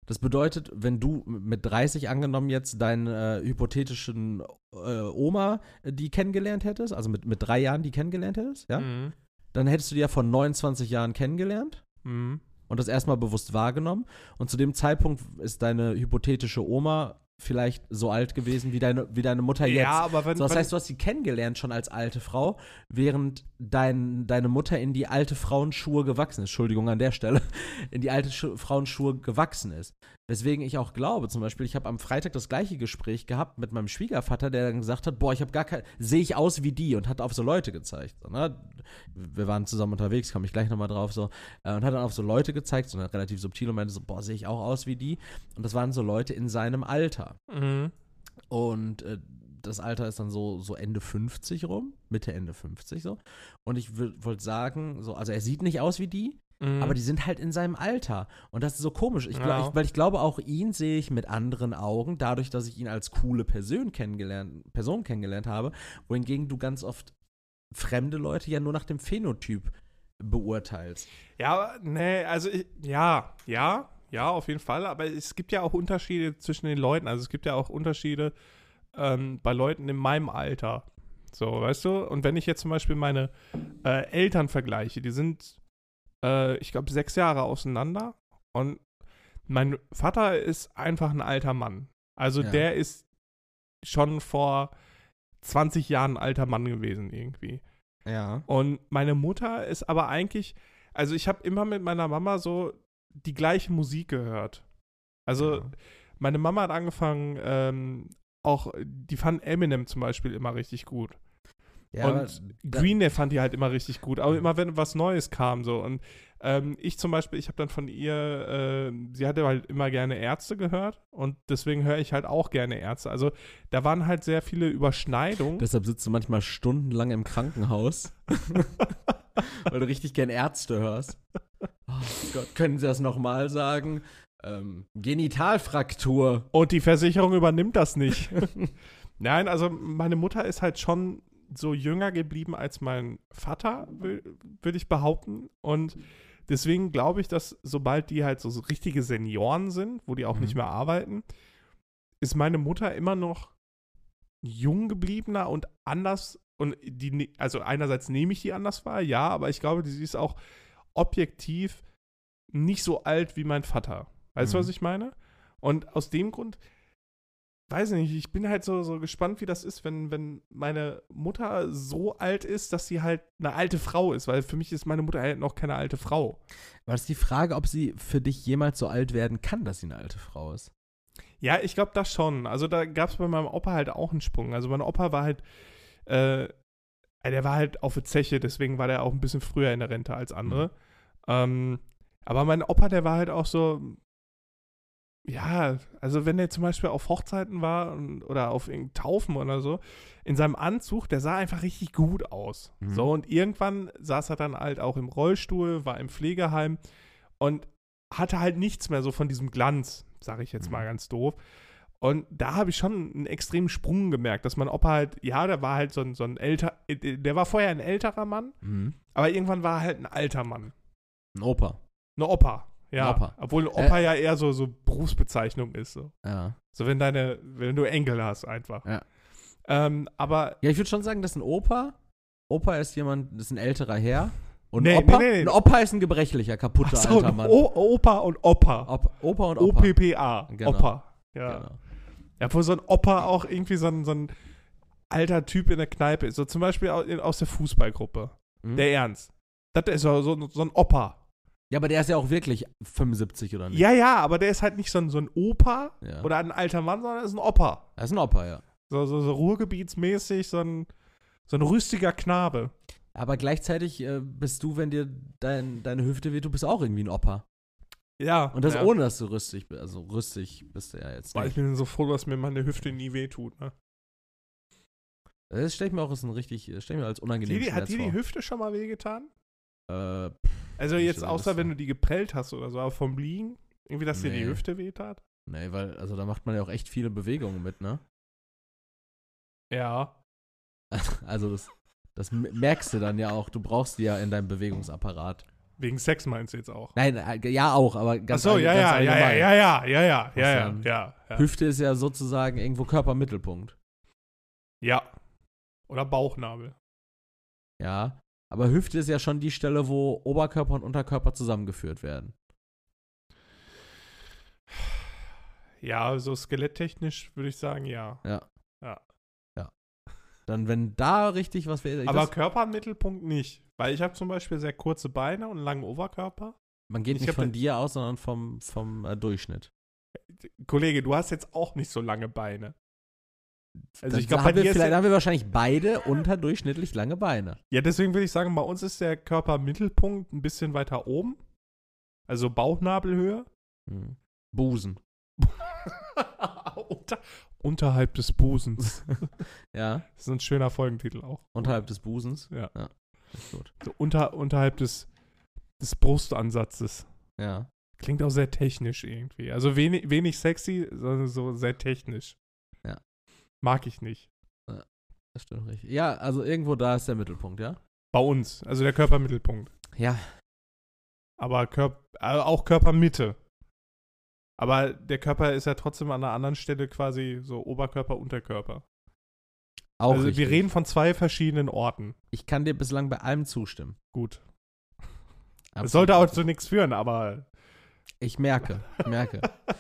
Das bedeutet, wenn du mit dreißig angenommen jetzt deinen äh, hypothetischen äh, Oma, äh, die kennengelernt hättest, also mit, mit drei Jahren die kennengelernt hättest, ja, Mhm. dann hättest du die ja vor neunundzwanzig Jahren kennengelernt Mhm. und das erstmal bewusst wahrgenommen. Und zu dem Zeitpunkt ist deine hypothetische Oma vielleicht so alt gewesen wie deine, wie deine Mutter jetzt. Ja, aber wenn, So, das wenn heißt, du hast sie kennengelernt schon als alte Frau, während dein, deine Mutter in die alte Frauenschuhe gewachsen ist. Entschuldigung an der Stelle. In die alte Schu- Frauenschuhe gewachsen ist. Weswegen ich auch glaube, zum Beispiel, ich habe am Freitag das gleiche Gespräch gehabt mit meinem Schwiegervater, der dann gesagt hat, boah, ich habe gar kein, sehe ich aus wie die und hat auf so Leute gezeigt. So, ne? Wir waren zusammen unterwegs, komme ich gleich nochmal drauf, so, äh, und hat dann auf so Leute gezeigt, so relativ subtil und meinte so, boah, sehe ich auch aus wie die. Und das waren so Leute in seinem Alter. mhm. Und äh, das Alter ist dann so, so Ende fünfzig rum, Mitte, Ende fünfzig so. Und ich wollte sagen, so, also er sieht nicht aus wie die, Mhm. aber die sind halt in seinem Alter. Und das ist so komisch. Ich, glaub, Ja. ich, weil ich glaube, auch ihn sehe ich mit anderen Augen, dadurch, dass ich ihn als coole Person kennengelernt, Person kennengelernt habe, wohingegen du ganz oft fremde Leute ja nur nach dem Phänotyp beurteilst. Ja, aber, nee, also ich, ja, ja, ja, auf jeden Fall. Aber es gibt ja auch Unterschiede zwischen den Leuten. Also es gibt ja auch Unterschiede ähm, bei Leuten in meinem Alter. So, weißt du? Und wenn ich jetzt zum Beispiel meine äh, Eltern vergleiche, die sind, äh, ich glaube, sechs Jahre auseinander. Und mein Vater ist einfach ein alter Mann. Also Ja. der ist schon vor zwanzig Jahren ein alter Mann gewesen irgendwie. Ja. Und meine Mutter ist aber eigentlich, also ich habe immer mit meiner Mama so die gleiche Musik gehört. Also Ja. meine Mama hat angefangen, ähm, auch, die fand Eminem zum Beispiel immer richtig gut. Ja, aber und da- Green Day fand die halt immer richtig gut. Aber immer wenn was Neues kam so. Und ähm, ich zum Beispiel, ich habe dann von ihr, äh, sie hatte halt immer gerne Ärzte gehört. Und deswegen höre ich halt auch gerne Ärzte. Also da waren halt sehr viele Überschneidungen. Deshalb sitzt du manchmal stundenlang im Krankenhaus, weil du richtig gern Ärzte hörst. Oh Gott, können Sie das nochmal sagen? Ähm, Genitalfraktur. Und die Versicherung übernimmt das nicht. Nein, also meine Mutter ist halt schon so jünger geblieben als mein Vater, würde ich behaupten. Und deswegen glaube ich, dass sobald die halt so, so richtige Senioren sind, wo die auch Mhm. nicht mehr arbeiten, ist meine Mutter immer noch jung gebliebener und anders. Und die, ne- also einerseits nehme ich die anders wahr, ja, aber ich glaube, sie ist auch objektiv nicht so alt wie mein Vater. Weißt du, Mhm. was ich meine? Und aus dem Grund, weiß nicht, ich bin halt so, so gespannt, wie das ist, wenn, wenn meine Mutter so alt ist, dass sie halt eine alte Frau ist, weil für mich ist meine Mutter halt noch keine alte Frau. Aber es ist die Frage, ob sie für dich jemals so alt werden kann, dass sie eine alte Frau ist. Ja, ich glaube das schon. Also da gab es bei meinem Opa halt auch einen Sprung. Also mein Opa war halt, äh, der war halt auf der Zeche, deswegen war der auch ein bisschen früher in der Rente als andere. Ähm, aber mein Opa, der war halt auch so, ja, also wenn der zum Beispiel auf Hochzeiten war und, oder auf irgendeinen Taufen oder so, in seinem Anzug, der sah einfach richtig gut aus. Mhm. So, und irgendwann saß er dann halt auch im Rollstuhl, war im Pflegeheim und hatte halt nichts mehr so von diesem Glanz, sage ich jetzt Mhm. mal ganz doof. Und da habe ich schon einen extremen Sprung gemerkt, dass mein Opa halt, ja, der war halt so ein, so ein älter, der war vorher ein älterer Mann, Mhm. aber irgendwann war er halt ein alter Mann. Ein Opa. Eine Opa. Ja, Ein Opa. obwohl ein Opa ja eher so, so Berufsbezeichnung ist. So. Ja. So, wenn deine, wenn du Enkel hast, einfach. Ja. Ähm, aber, Ja, ich würde schon sagen, dass ein Opa, Opa ist jemand, das ist ein älterer Herr. Und Nee, ein, Opa, nee, nee, nee. ein Opa ist ein gebrechlicher, kaputter ach so, alter Mann. o Opa und Opa. Opa, Opa und O Opa. P P A. Genau. Opa. Ja. Genau. Ja, wo so ein Opa auch irgendwie so ein, so ein alter Typ in der Kneipe ist. So zum Beispiel au- in- aus der Fußballgruppe. Mhm. Der Ernst. Das ist so, so, so ein Opa. Ja, aber der ist ja auch wirklich fünfundsiebzig oder nicht? Ja, ja, aber der ist halt nicht so ein, so ein Opa Ja. oder ein alter Mann, sondern ist ein Opa. Er ist ein Opa, ja. So, so, so ruhrgebietsmäßig, so ein, so ein rüstiger Knabe. Aber gleichzeitig äh, bist du, wenn dir dein, deine Hüfte weht, du bist auch irgendwie ein Opa. Ja. Und das ja. ohne, dass du rüstig bist. Also rüstig bist du ja jetzt Boah, ich nicht. bin so froh, dass mir meine Hüfte nie wehtut. Ne? Das stelle ich mir auch als ein richtig, das stell ich mir als unangenehm Die, Schmerz hat dir die vor. Hüfte schon mal wehgetan? Äh, Also Wie jetzt soll außer das wenn sein? du die geprellt hast oder so, aber vom Liegen, irgendwie, dass dir die Nee. Hüfte wehtat? nee, weil, also da macht man ja auch echt viele Bewegungen mit, ne? Ja. Also das, das m- merkst du dann ja auch. Du brauchst die ja in deinem Bewegungsapparat. Wegen Sex meinst du jetzt auch? Nein, äh, ja auch, aber ganz Ach so, ja, ganz ja, ja, ja, allgemein. ja, ja, ja, ja, ja, ja, dann- ja, ja. Hüfte ist ja sozusagen irgendwo Körpermittelpunkt. Ja. Oder Bauchnabel. Ja. Aber Hüfte ist ja schon die Stelle, wo Oberkörper und Unterkörper zusammengeführt werden. Ja, so skeletttechnisch würde ich sagen, ja. Ja. Ja. Ja. Dann, wenn da richtig was wäre. Aber das- Körpermittelpunkt nicht. Weil ich habe zum Beispiel sehr kurze Beine und einen langen Oberkörper. Man geht ich nicht hab von den- dir aus, sondern vom, vom äh, Durchschnitt. Kollege, du hast jetzt auch nicht so lange Beine. Also Dann ich glaube, bei haben wir dir ist vielleicht der, haben wir wahrscheinlich beide unterdurchschnittlich lange Beine. ja, deswegen würde ich sagen, bei uns ist der Körpermittelpunkt ein bisschen weiter oben. Also Bauchnabelhöhe. Hm. Busen. Unter, unterhalb des Busens. Ja, Das ist ein schöner Folgentitel auch. unterhalb des Busens. Ja. Ist gut. So unter, unterhalb des, des Brustansatzes. Ja. Klingt auch sehr technisch irgendwie. Also wenig, wenig sexy, sondern so sehr technisch. Ja. Mag ich nicht. Das stimmt richtig. Ja, also irgendwo da ist der Mittelpunkt, ja? Bei uns, also der Körpermittelpunkt. Ja. Aber Körp äh, auch Körpermitte. Aber der Körper ist ja trotzdem an einer anderen Stelle quasi so Oberkörper, Unterkörper. Auch Also richtig. wir reden von zwei verschiedenen Orten. Ich kann dir bislang bei allem zustimmen. Gut. Absolut. Es sollte auch zu nichts führen, aber Ich merke, ich merke.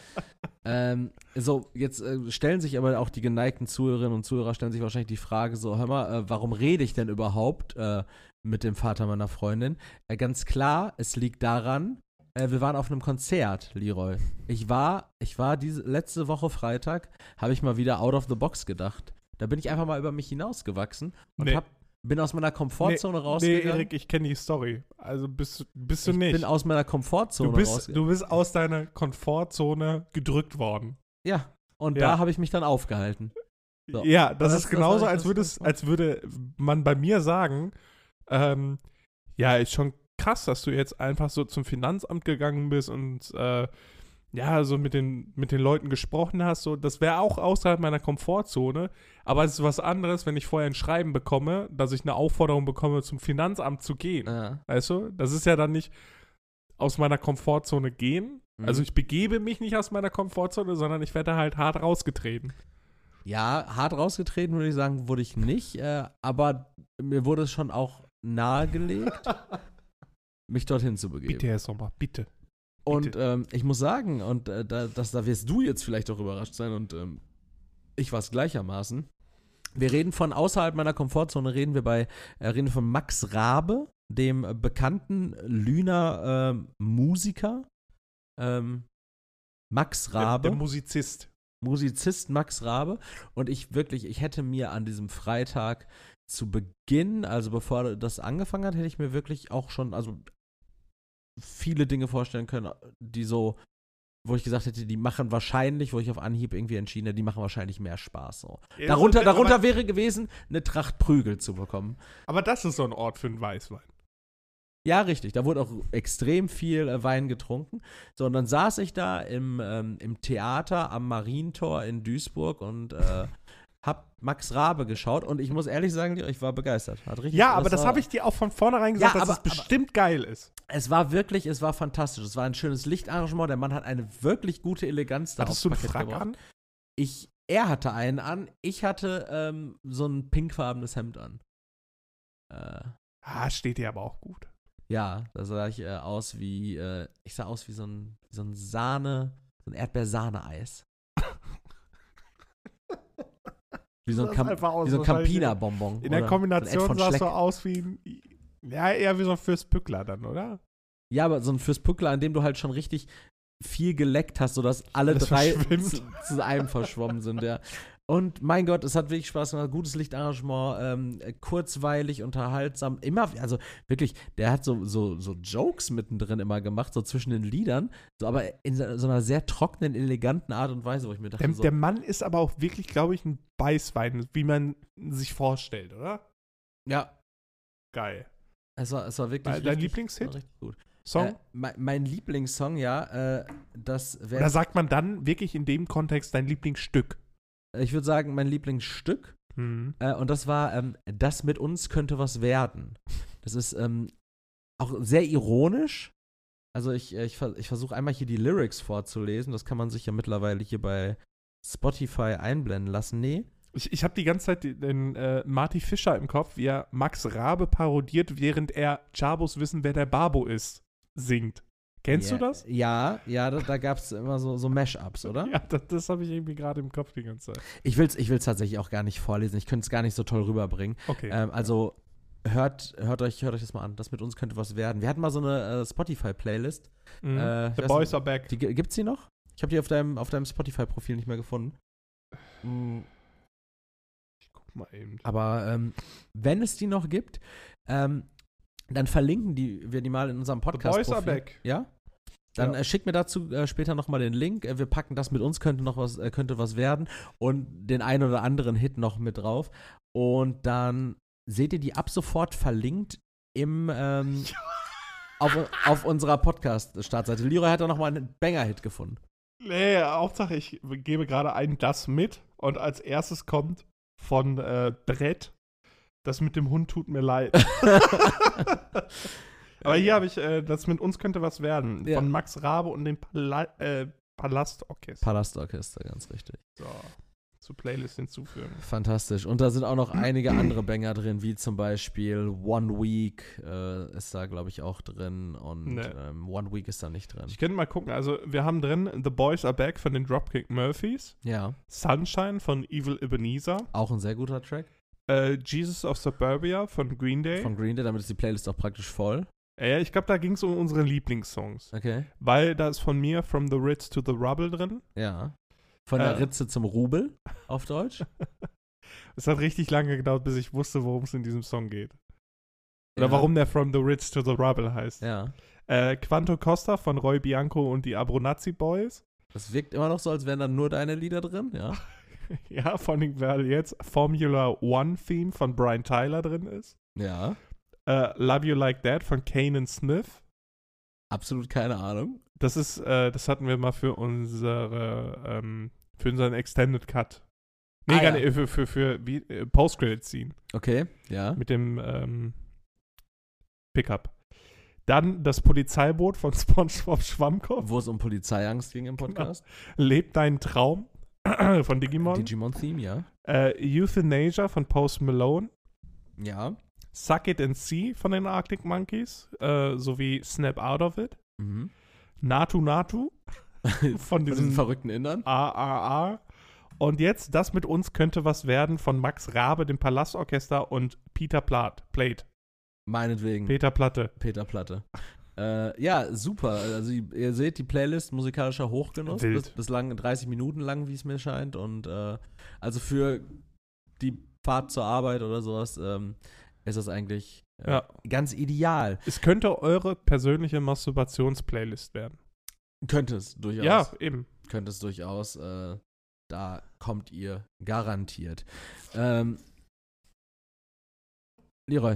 ähm, so, jetzt äh, stellen sich aber auch die geneigten Zuhörerinnen und Zuhörer stellen sich wahrscheinlich die Frage so, hör mal, äh, warum rede ich denn überhaupt äh, mit dem Vater meiner Freundin? Äh, ganz klar, es liegt daran, äh, wir waren auf einem Konzert, Leroy. Ich war, ich war diese letzte Woche Freitag, habe ich mal wieder out of the box gedacht. Da bin ich einfach mal über mich hinausgewachsen und Nee. hab, bin aus meiner Komfortzone nee, rausgegangen. nee, Erik, ich kenne die Story. Also bist, bist du ich nicht. bin aus meiner Komfortzone Du bist, rausgegangen. du bist aus deiner Komfortzone gedrückt worden. Ja, und Ja. da habe ich mich dann aufgehalten. So. Ja, das, das- ist das genauso, war- als, das- würde das es, war- als würde man bei mir sagen, ähm, ja, ist schon krass, dass du jetzt einfach so zum Finanzamt gegangen bist und äh, ja, so mit den, mit den Leuten gesprochen hast. So, das wäre auch außerhalb meiner Komfortzone, aber es ist was anderes, wenn ich vorher ein Schreiben bekomme, dass ich eine Aufforderung bekomme, zum Finanzamt zu gehen. Ja. Weißt du? Das ist ja dann nicht aus meiner Komfortzone gehen. Mhm. Also ich begebe mich nicht aus meiner Komfortzone, sondern ich werde halt hart rausgetreten. Ja, hart rausgetreten würde ich sagen, wurde ich nicht, äh, aber mir wurde es schon auch nahegelegt, mich dorthin zu begeben. Bitte, Herr Sommer, bitte. Und ähm, ich muss sagen, und äh, da, das, da wirst du jetzt vielleicht auch überrascht sein und ähm, ich war es gleichermaßen. Wir reden von außerhalb meiner Komfortzone, reden wir bei, äh, reden von Max Rabe, dem äh, bekannten Lüner ähm, Musiker. Ähm, Max Der, Rabe. der Musizist. Musizist Max Rabe. Und ich wirklich, ich hätte mir an diesem Freitag zu Beginn, also bevor das angefangen hat, hätte ich mir wirklich auch schon, also viele Dinge vorstellen können, die so, wo ich gesagt hätte, die machen wahrscheinlich, wo ich auf Anhieb irgendwie entschieden hätte, die machen wahrscheinlich mehr Spaß. So. Ja, Darunter, so- darunter aber, wäre gewesen, eine Tracht Prügel zu bekommen. aber das ist so ein Ort für einen Weißwein. Ja, richtig. Da wurde auch extrem viel äh, Wein getrunken. So, und dann saß ich da im, ähm, im Theater am Marientor in Duisburg und äh, hab Max Rabe geschaut. Und ich muss ehrlich sagen, ich war begeistert. Hat richtig, Ja, aber das war- habe ich dir auch von vornherein gesagt, Ja, dass aber- es bestimmt geil ist. Es war wirklich, es war fantastisch. Es war ein schönes Lichtarrangement. Der Mann hat eine wirklich gute Eleganz da Hattest du einen aufs Parkett Frack gebracht. an? Ich, er hatte einen an. Ich hatte ähm, so ein pinkfarbenes Hemd an. Äh, Ah, steht dir aber auch gut. Ja, da sah ich äh, aus wie, äh, ich sah aus wie so ein, wie so ein Sahne, so ein Erdbeersahne-Eis. Wie so ein, Das Cam einfach aus, wie so ein wahrscheinlich Campina-Bonbon. In der oder Kombination so ein Ed von sahst du Schleck. aus wie ein, ja, eher wie so ein Fürstbückler dann, oder? Ja, aber so ein Fürstpückler, an dem du halt schon richtig viel geleckt hast, sodass alle Alles drei verschwimmt. zu, zu einem verschwommen sind, ja. Und mein Gott, es hat wirklich Spaß gemacht, gutes Lichtarrangement, ähm, äh, kurzweilig, unterhaltsam, immer, also wirklich, der hat so, so, so Jokes mittendrin immer gemacht, so zwischen den Liedern, so, aber in so, so einer sehr trockenen, eleganten Art und Weise, wo ich mir dachte, Der, so, der Mann ist aber auch wirklich, glaube ich, ein Beißwein, wie man sich vorstellt, oder? ja, Geil. es war, es war wirklich Dein richtig, Lieblingshit? war richtig gut. Song? Äh, mein, mein Lieblingssong, ja, äh, das Oder wäre, sagt man dann wirklich in dem Kontext dein Lieblingsstück? ich würde sagen, mein Lieblingsstück. Mhm. Äh, und das war, ähm, das mit uns könnte was werden. Das ist ähm, auch sehr ironisch. Also ich, ich, ich versuche einmal hier die Lyrics vorzulesen. Das kann man sich ja mittlerweile hier bei Spotify einblenden lassen. Nee. Ich, ich habe die ganze Zeit den, den äh, Marty Fischer im Kopf, wie er Max Rabe parodiert, während er Chabos Wissen, wer der Babo ist, singt. Kennst ja, du das? Ja, ja, da, da gab es immer so, so Mash-Ups, oder? Ja, das, das habe ich irgendwie gerade im Kopf die ganze Zeit. Ich will es ich will's tatsächlich auch gar nicht vorlesen. Ich könnte es gar nicht so toll rüberbringen. Okay. Ähm, also hört, hört, euch, hört euch das mal an. Das mit uns könnte was werden. Wir hatten mal so eine äh, Spotify-Playlist. Mhm. Äh, The Boys nicht, Are Back. Die, gibt's die noch? Ich habe die auf deinem, auf deinem Spotify-Profil nicht mehr gefunden. Mhm. Ich guck mal eben. Aber ähm, wenn es die noch gibt, ähm, dann verlinken die, wir die mal in unserem Podcast. The Boys Are Back. Ja? Dann ja. äh, schickt mir dazu äh, später nochmal den Link. Äh, wir packen das mit uns, könnte noch was, äh, könnte was werden. Und den einen oder anderen Hit noch mit drauf. Und dann seht ihr die ab sofort verlinkt im ähm, auf, auf unserer Podcast-Startseite. Leroy hat da nochmal einen Banger-Hit gefunden. Nee, Hauptsache, ich gebe gerade einen das mit. Und als erstes kommt von äh, Brett, das mit dem Hund tut mir leid. Aber hier habe ich, äh, das mit uns könnte was werden. Ja. Von Max Rabe und dem Pala äh, Palastorchester. Palastorchester, ganz richtig. So, zur Playlist hinzufügen. Fantastisch. Und da sind auch noch einige andere Banger drin, wie zum Beispiel One Week äh, ist da, glaube ich, auch drin. Und nee. ähm, One Week ist da nicht drin. Ich könnte mal gucken. Also, wir haben drin The Boys Are Back von den Dropkick Murphys. Ja. Sunshine von Evil Ebenezer. Auch ein sehr guter Track. Äh, Jesus of Suburbia von Green Day. Von Green Day, damit ist die Playlist auch praktisch voll. Ja, ich glaube, da ging es um unsere Lieblingssongs. Okay. Weil da ist von mir From the Ritz to the Rubble drin. Ja. Von der äh. Ritze zum Rubel auf Deutsch. Es hat richtig lange gedauert, bis ich wusste, worum es in diesem Song geht. Oder ja. warum der From the Ritz to the Rubble heißt. Ja. Äh, Quanto Costa von Roy Bianco und die Abronazzi Boys. Das wirkt immer noch so, als wären da nur deine Lieder drin, ja. Ja, vor allem, weil jetzt Formula One Theme von Brian Tyler drin ist. Ja. Äh, Love You Like That von Kanan Smith. Absolut keine Ahnung. Das ist, äh, das hatten wir mal für unsere, ähm, für unseren Extended Cut. Nee, Ah, gar ja. nicht, für, für, für wie, äh, Post-Credit-Scene. Okay, ja. Mit dem, ähm, Pickup. Dann das Polizeiboot von SpongeBob Schwammkopf. Wo es um Polizeiangst ging im Podcast. Lebt deinen Traum von Digimon. Digimon-Theme, ja. Äh, Euthanasia von Post Malone. Ja. Suck It and See von den Arctic Monkeys. Äh, sowie Snap Out of It. Mhm. Natu Natu von Von diesen diesen verrückten Indern. A A A. Und jetzt, das mit uns könnte was werden von Max Rabe, dem Palastorchester und Peter Platt. Plate. Meinetwegen. Peter Platte. Peter Platte. äh, ja, super. Also ihr seht, die Playlist musikalischer Hochgenuss. Wild. Bis, bislang dreißig Minuten lang, wie es mir scheint. Und äh, also für die Fahrt zur Arbeit oder sowas ähm, ist das eigentlich äh, Ja. ganz ideal. Es könnte eure persönliche Masturbations-Playlist werden. Könnte es durchaus. Ja, eben. Könnte es durchaus. Äh, da kommt ihr garantiert. Ähm, Leroy.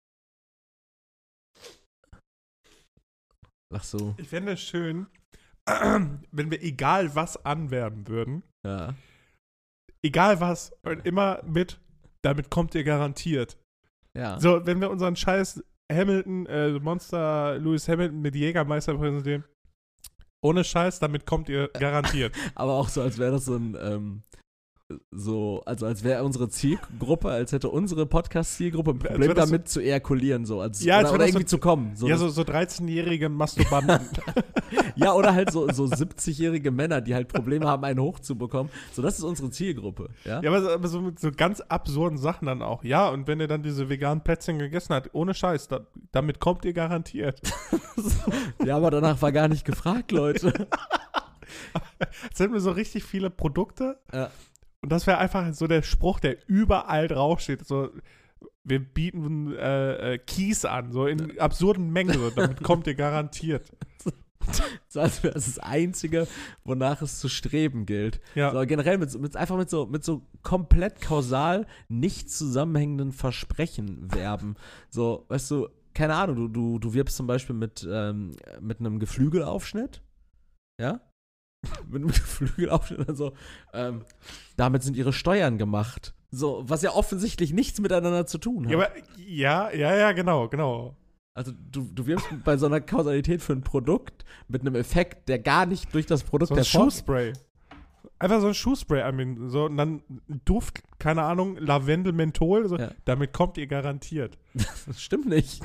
Ach so. Ich fände es schön, wenn wir egal was anwerben würden. Ja. Egal was. Und immer mit, damit kommt ihr garantiert. Ja. So, wenn wir unseren scheiß Hamilton, äh, Monster Lewis Hamilton mit Jägermeister präsentieren. Ohne Scheiß, damit kommt ihr garantiert. Aber auch so, als wäre das so ein, ähm, so, also als wäre unsere Zielgruppe, als hätte unsere Podcast-Zielgruppe ein Als Problem wär das damit zu ejakulieren, so, als, Ja, als oder, wär oder das irgendwie so- zu kommen. So, ja, das- so, so dreizehnjährige Masturbanten. ja, oder halt so, so siebzigjährige Männer, die halt Probleme haben, einen hochzubekommen. So, das ist unsere Zielgruppe, ja? Ja, aber, so- aber so mit so ganz absurden Sachen dann auch. Ja, und wenn ihr dann diese veganen Plätzchen gegessen habt, ohne Scheiß, da, damit kommt ihr garantiert. Ja, aber danach war gar nicht gefragt, Leute. Jetzt sind wir so richtig viele Produkte. Ja. Und das wäre einfach so der Spruch, der überall draufsteht. So, wir bieten äh, äh, Kies an, so in absurden Mengen. So, damit kommt ihr garantiert. So, als wäre es das Einzige, wonach es zu streben gilt. Ja. So, generell mit, so- mit, einfach mit so, mit so komplett kausal nicht zusammenhängenden Versprechen werben. So, weißt du, keine Ahnung, du, du, du wirbst zum Beispiel mit, ähm, mit einem Geflügelaufschnitt. Ja? Mit einem Geflügelaufschnitt und so. Ähm, damit sind ihre Steuern gemacht. So, was ja offensichtlich nichts miteinander zu tun hat. Ja, aber, ja, ja, ja, genau, genau. Also du, du wirbst bei so einer Kausalität für ein Produkt mit einem Effekt, der gar nicht durch das Produkt So ein hervor- Schuhspray. Einfach so ein Schuhspray anbinden. So, und dann Duft, keine Ahnung, Lavendel, Menthol. So. Ja. Damit kommt ihr garantiert. Das stimmt nicht.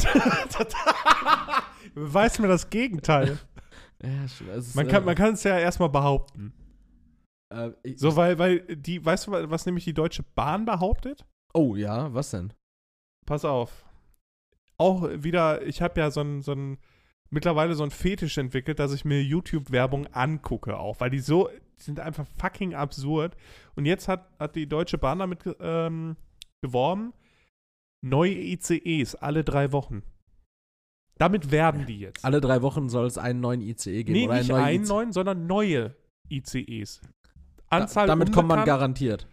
Beweis mir das Gegenteil. Ja, sch- es ist, Man kann äh, man kann es ja erstmal behaupten. äh, ich, So, weil, weil die, weißt du, was nämlich die Deutsche Bahn behauptet? Oh ja, was denn? Pass auf. Auch wieder, ich habe ja so ein, so ein, mittlerweile so ein Fetisch entwickelt, dass ich mir YouTube-Werbung angucke auch, weil die so, die sind einfach fucking absurd. Und jetzt hat, hat die Deutsche Bahn damit ähm, geworben, neue I C Es alle drei Wochen. Damit werben die jetzt. Alle drei Wochen soll es einen neuen I C E geben. Nee, oder nicht einen neuen einen I C E. neuen, sondern neue I C Es. Anzahl Da, damit kommt man unbekannt. garantiert.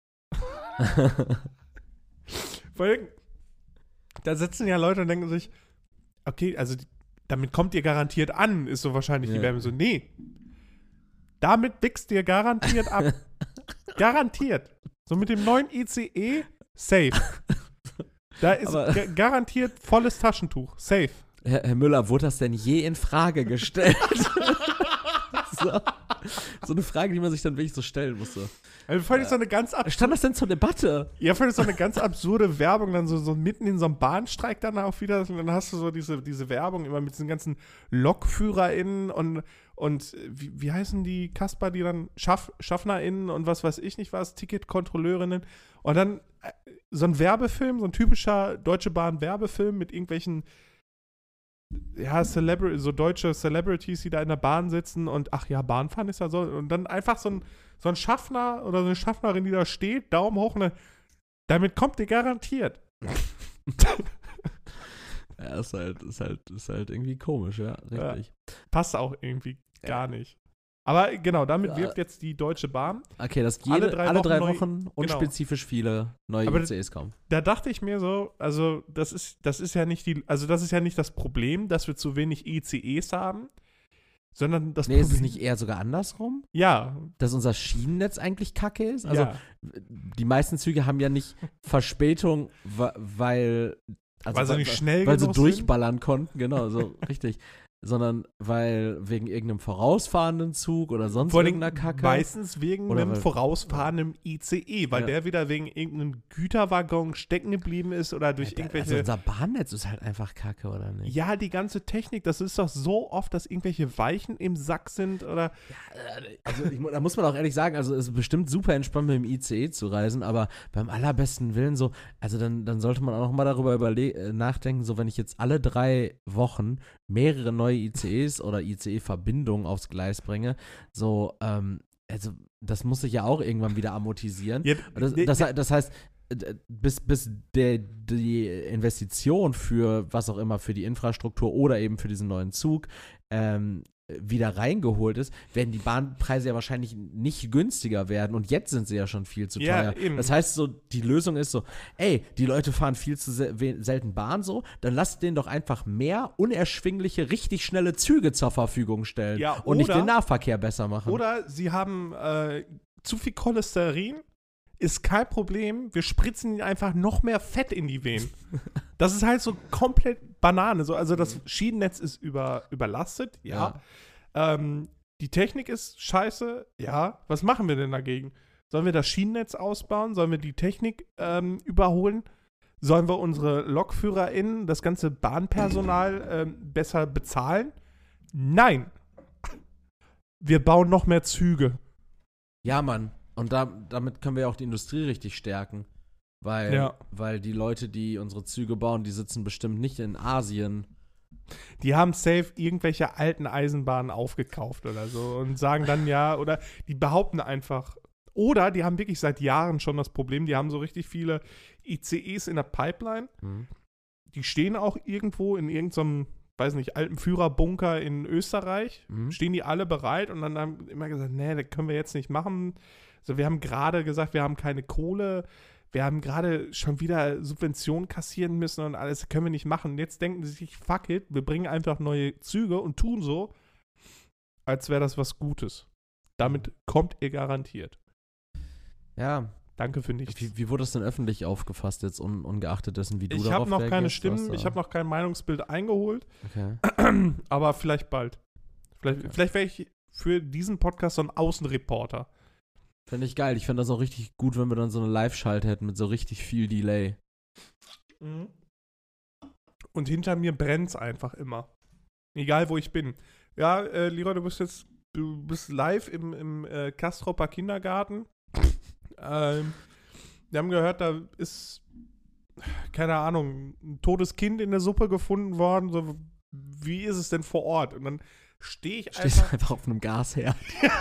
Weil da sitzen ja Leute und denken sich, okay, also die, damit kommt ihr garantiert an, ist so wahrscheinlich die Ja. Werbung. So, nee. Damit wichst ihr garantiert ab. Garantiert. So mit dem neuen I C E, safe. Da ist Aber- ga- garantiert volles Taschentuch. Safe. Herr, Herr Müller, wurde das denn je in Frage gestellt? so, so eine Frage, die man sich dann wirklich so stellen musste. Also fand ich so eine ganz ab Stand das denn zur Debatte? Ja, fand ich so eine ganz absurde Werbung, dann so, so mitten in so einem Bahnstreik dann auch wieder. Und dann hast du so diese, diese Werbung immer mit diesen ganzen LokführerInnen und, und wie, wie heißen die Kasper, die dann Schaff, SchaffnerInnen und was weiß ich nicht was, Ticketkontrolleurinnen. Und dann äh, so ein Werbefilm, so ein typischer Deutsche Bahn-Werbefilm mit irgendwelchen ja, Celebri so deutsche Celebrities, die da in der Bahn sitzen und ach ja, Bahnfahren ist ja so. Und dann einfach so ein, so ein Schaffner oder so eine Schaffnerin, die da steht, Daumen hoch, und dann, damit kommt ihr garantiert. Ja, ist halt, ist halt, ist halt irgendwie komisch, ja, richtig. Passt auch irgendwie gar nicht. Aber genau, damit Ja. wirbt jetzt die Deutsche Bahn. Okay, dass Alle jede, drei alle Wochen drei neu- Wochen unspezifisch viele neue Aber I C Es kommen. Da dachte ich mir so, also das ist, das ist ja nicht die, also das ist ja nicht das Problem, dass wir zu wenig I C Es haben, sondern das Nee, Problem. ist es nicht eher sogar andersrum? Ja, Dass unser Schienennetz eigentlich kacke ist? Also, ja. die meisten Züge haben ja nicht Verspätung, wa- weil. Also, weil sie nicht schnell weil sie genug sind. durchballern konnten, genau, so richtig. Sondern weil wegen irgendeinem vorausfahrenden Zug oder sonst Vor allem irgendeiner Kacke. meistens wegen Oder einem weil- vorausfahrenden I C E, weil Ja. der wieder wegen irgendeinem Güterwaggon stecken geblieben ist oder durch Ja, da- irgendwelche. Also unser Bahnnetz ist halt einfach kacke, oder nicht? Ja, die ganze Technik, das ist doch so oft, dass irgendwelche Weichen im Sack sind oder. Also ich, mu- da muss man auch ehrlich sagen, also es ist bestimmt super entspannt mit dem I C E zu reisen, aber beim allerbesten Willen so, also dann, dann sollte man auch noch mal darüber überle- äh, nachdenken, so wenn ich jetzt alle drei Wochen mehrere neue I C Es oder I C E-Verbindungen aufs Gleis bringe, so, ähm, also das muss sich ja auch irgendwann wieder amortisieren. Ja, Das, der- das, das heißt, äh, bis, bis der, die Investition für was auch immer, für die Infrastruktur oder eben für diesen neuen Zug ähm, wieder reingeholt ist, werden die Bahnpreise ja wahrscheinlich nicht günstiger werden und jetzt sind sie ja schon viel zu Ja, teuer. eben. Das heißt so, die Lösung ist so, ey, die Leute fahren viel zu sel we- selten Bahn so, dann lasst denen doch einfach mehr unerschwingliche, richtig schnelle Züge zur Verfügung stellen Ja, und nicht oder- den Nahverkehr besser machen. Oder sie haben äh, zu viel Cholesterin, ist kein Problem, wir spritzen ihnen einfach noch mehr Fett in die Venen. Das ist halt so komplett Banane. So, also das Schienennetz ist über, überlastet, ja. Ähm, die Technik ist scheiße, ja. Was machen wir denn dagegen? Sollen wir das Schienennetz ausbauen? Sollen wir die Technik ähm, überholen? Sollen wir unsere LokführerInnen, das ganze Bahnpersonal ähm, besser bezahlen? Nein. Wir bauen noch mehr Züge. Ja, Mann. Und da, damit können wir auch die Industrie richtig stärken. Weil, Ja. weil die Leute, die unsere Züge bauen, die sitzen bestimmt nicht in Asien. Die haben safe irgendwelche alten Eisenbahnen aufgekauft oder so und sagen dann ja, oder die behaupten einfach, oder die haben wirklich seit Jahren schon das Problem, die haben so richtig viele I C Es in der Pipeline, Mhm. die stehen auch irgendwo in irgendeinem, weiß nicht, alten Führerbunker in Österreich, Mhm. stehen die alle bereit und dann haben immer gesagt, nee, das können wir jetzt nicht machen. Also wir haben gerade gesagt, wir haben keine Kohle, wir haben gerade schon wieder Subventionen kassieren müssen und alles können wir nicht machen. Jetzt denken sie sich, fuck it, wir bringen einfach neue Züge und tun so, als wäre das was Gutes. Damit kommt ihr garantiert. Ja, Danke für nichts. Wie, wie wurde das denn öffentlich aufgefasst jetzt, un, ungeachtet dessen, wie du Ich darauf habe noch keine reagierst? Stimmen, Was, ich habe noch kein Meinungsbild eingeholt, Okay. aber vielleicht bald. Vielleicht, Okay. vielleicht wäre ich für diesen Podcast so ein Außenreporter. Fände ich geil. Ich fände das auch richtig gut, wenn wir dann so eine Live-Schalte hätten mit so richtig viel Delay. Und hinter mir brennt's einfach immer. Egal, wo ich bin. Ja, äh, Leroy, du bist jetzt, du bist live im, im äh, Kastropper Kindergarten. ähm, wir haben gehört, da ist, keine Ahnung, ein totes Kind in der Suppe gefunden worden. So, wie ist es denn vor Ort? Und dann stehe ich Stehst einfach... einfach auf einem Gasherd.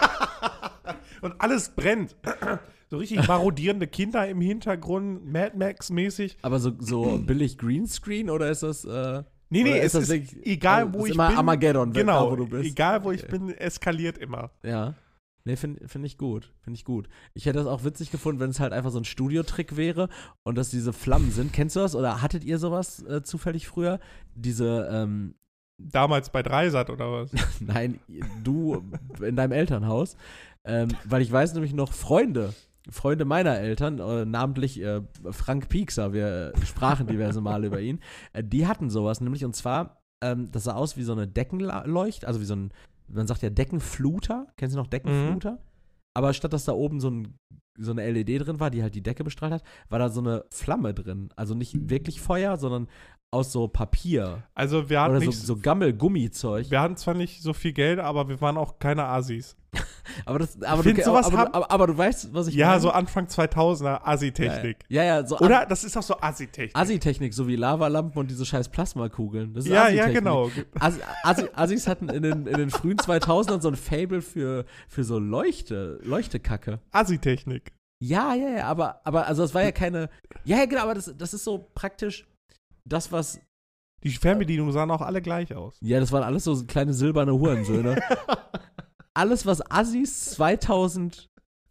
und alles brennt. So richtig marodierende Kinder im Hintergrund, Mad Max-mäßig. Aber so, so billig Greenscreen oder ist das, äh, Nee, nee, oder es ist, wirklich- egal, also wo ist ich immer bin. Armageddon, wenn- genau, da, wo du bist. egal, wo ich Okay. bin, eskaliert immer. Ja. Nee, finde find ich gut. Finde ich gut. Ich hätte das auch witzig gefunden, wenn es halt einfach so ein Studiotrick wäre und dass diese Flammen sind. Kennst du das? Oder hattet ihr sowas äh, zufällig früher? Diese, ähm, Damals bei Dreisat oder was? nein, du in deinem Elternhaus. Ähm, weil ich weiß nämlich noch, Freunde, Freunde meiner Eltern, äh, namentlich äh, Frank Piekser, wir äh, sprachen diverse Male über ihn, äh, die hatten sowas, nämlich und zwar, ähm, das sah aus wie so eine Deckenleucht, also wie so ein, man sagt ja Deckenfluter, kennst du noch Deckenfluter? Mhm. Aber statt dass da oben so, ein, so eine L E D drin war, die halt die Decke bestrahlt hat, war da so eine Flamme drin. Also nicht wirklich Feuer, sondern aus so Papier. Also wir hatten Oder so, nicht, so Gammel-Gummizeug. wir hatten zwar nicht so viel Geld, aber wir waren auch keine Assis. Aber, das, aber, find, du, sowas aber, haben- aber, aber, aber du weißt, was ich Ja, meine? so Anfang zweitausender Assi-Technik. Ja, ja, so Oder? Das ist auch so Assi-Technik. Assi-Technik, so wie Lavalampen und diese scheiß Plasmakugeln. Das ist ja, ja, Assi-Technik. genau. Assi, Assi, Assis hatten in den, in den frühen zweitausendern so ein Fable für, für so Leuchte, Leuchtekacke. Assi-Technik. Ja, ja, ja, aber, aber also das war ja keine, ja, ja, genau, aber das, das ist so praktisch das, was, Die Fernbedienungen sahen auch alle gleich aus. ja, das waren alles so kleine silberne Hurensöhne. Alles, was Assis zweitausendfünf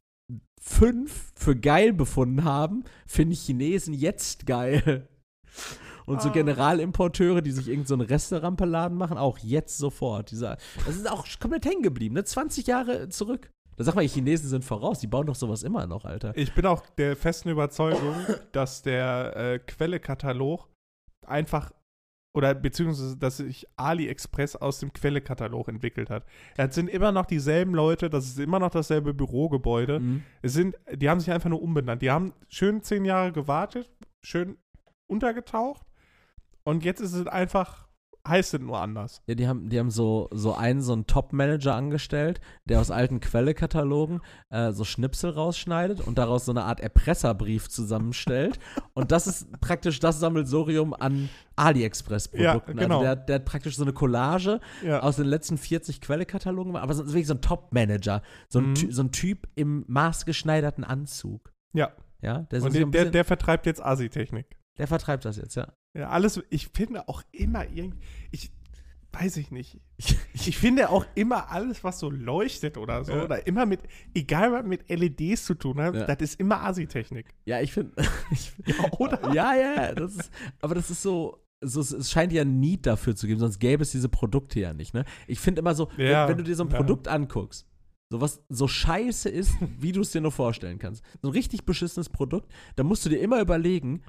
für geil befunden haben, finden Chinesen jetzt geil. Und so Ah. Generalimporteure, die sich irgend so einen Restaurantladen machen, auch jetzt sofort. Dieser, das ist auch komplett hängen geblieben, ne? zwanzig Jahre zurück. Da sag mal, die Chinesen sind voraus, die bauen doch sowas immer noch, Alter. Ich bin auch der festen Überzeugung, dass der äh, Quelle-Katalog einfach oder beziehungsweise, dass sich AliExpress aus dem Quelle-Katalog entwickelt hat. Es sind immer noch dieselben Leute, das ist immer noch dasselbe Bürogebäude. Mhm. Es sind, die haben sich einfach nur umbenannt. Die haben schön zehn Jahre gewartet, schön untergetaucht und jetzt ist es einfach, heißt es nur anders. Ja, die haben, die haben so, so einen, so einen Top-Manager angestellt, der aus alten Quelle-Katalogen äh, so Schnipsel rausschneidet und daraus so eine Art Erpresserbrief zusammenstellt. Und das ist praktisch das Sammelsurium an AliExpress-Produkten. Ja, genau. Also der, der hat praktisch so eine Collage Ja. aus den letzten vierzig Quelle-Katalogen, aber so, wirklich so ein Top-Manager. So, ein Mhm. Ty- so ein Typ im maßgeschneiderten Anzug. Ja. Ja, der, so Und ein der, der, bisschen, der vertreibt jetzt Assi-Technik. der vertreibt das jetzt, ja. Ja, alles, ich finde auch immer irgendwie, ich weiß ich nicht. Ich, ich finde auch immer alles, was so leuchtet oder so, Ja. oder immer mit, egal was mit L E Ds zu tun hat, Ja. das ist immer Assi-Technik. Ja, ich finde. Ja, oder? Ja, ja, ja. Das ist, aber das ist so. So, es- es scheint ja ein Need dafür zu geben, sonst gäbe es diese Produkte ja nicht. Ne? Ich finde immer so, Ja, wenn, wenn du dir so ein ja. Produkt anguckst, so was so scheiße ist, wie du es dir nur vorstellen kannst, so ein richtig beschissenes Produkt, dann musst du dir immer überlegen,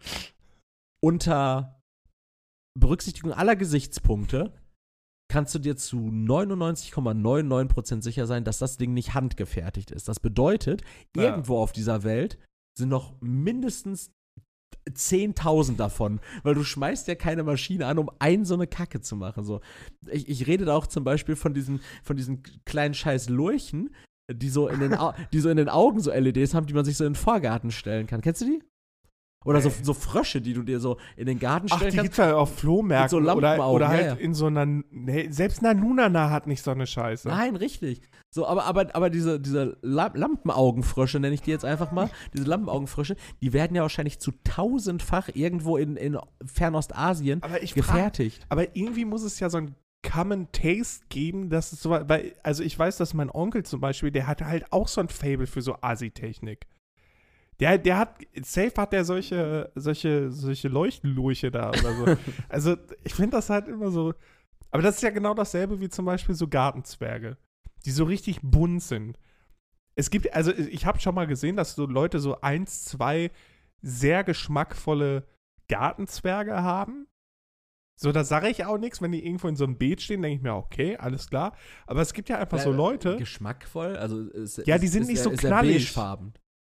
unter Berücksichtigung aller Gesichtspunkte, kannst du dir zu neunundneunzig Komma neunundneunzig Prozent sicher sein, dass das Ding nicht handgefertigt ist. Das bedeutet, Ja. irgendwo auf dieser Welt sind noch mindestens zehntausend davon, weil du schmeißt ja keine Maschine an, um ein so eine Kacke zu machen. So. Ich, ich rede da auch zum Beispiel von diesen, von diesen kleinen scheiß Lurchen, die so, in den Au- die so in den Augen so L E Ds haben, die man sich so in den Vorgarten stellen kann. Kennst du die? Oder so, Nee. so Frösche, die du dir so in den Garten Ach, stellen die kannst. gibt's ja auf Flohmärkten Mit so oder, Lampenaugen, oder halt ja, ja. in so einer, nee, selbst Nanunana hat nicht so eine Scheiße. Nein, richtig. So, aber, aber, aber diese, diese La- Lampenaugenfrösche, nenne ich die jetzt einfach mal, diese Lampenaugenfrösche, die werden ja wahrscheinlich zu tausendfach irgendwo in, in Fernostasien Aber ich frage, gefertigt. aber irgendwie muss es ja so ein Common Taste geben, dass es so, weil, also ich weiß, dass mein Onkel zum Beispiel, der hatte halt auch so ein Fable für so Asi-Technik. Der, der hat, safe hat der solche, solche, solche Leuchtenlurche da oder so. Also ich finde das halt immer so, aber das ist ja genau dasselbe wie zum Beispiel so Gartenzwerge, die so richtig bunt sind. Es gibt, also ich habe schon mal gesehen, dass so Leute so eins, zwei sehr geschmackvolle Gartenzwerge haben. So, da sage ich auch nichts, wenn die irgendwo in so einem Beet stehen, denke ich mir, okay, alles klar. Aber es gibt ja einfach so Leute. Geschmackvoll? Also ist, Ja, die sind ist, nicht ist so er, knallig. Ist er beigefarben?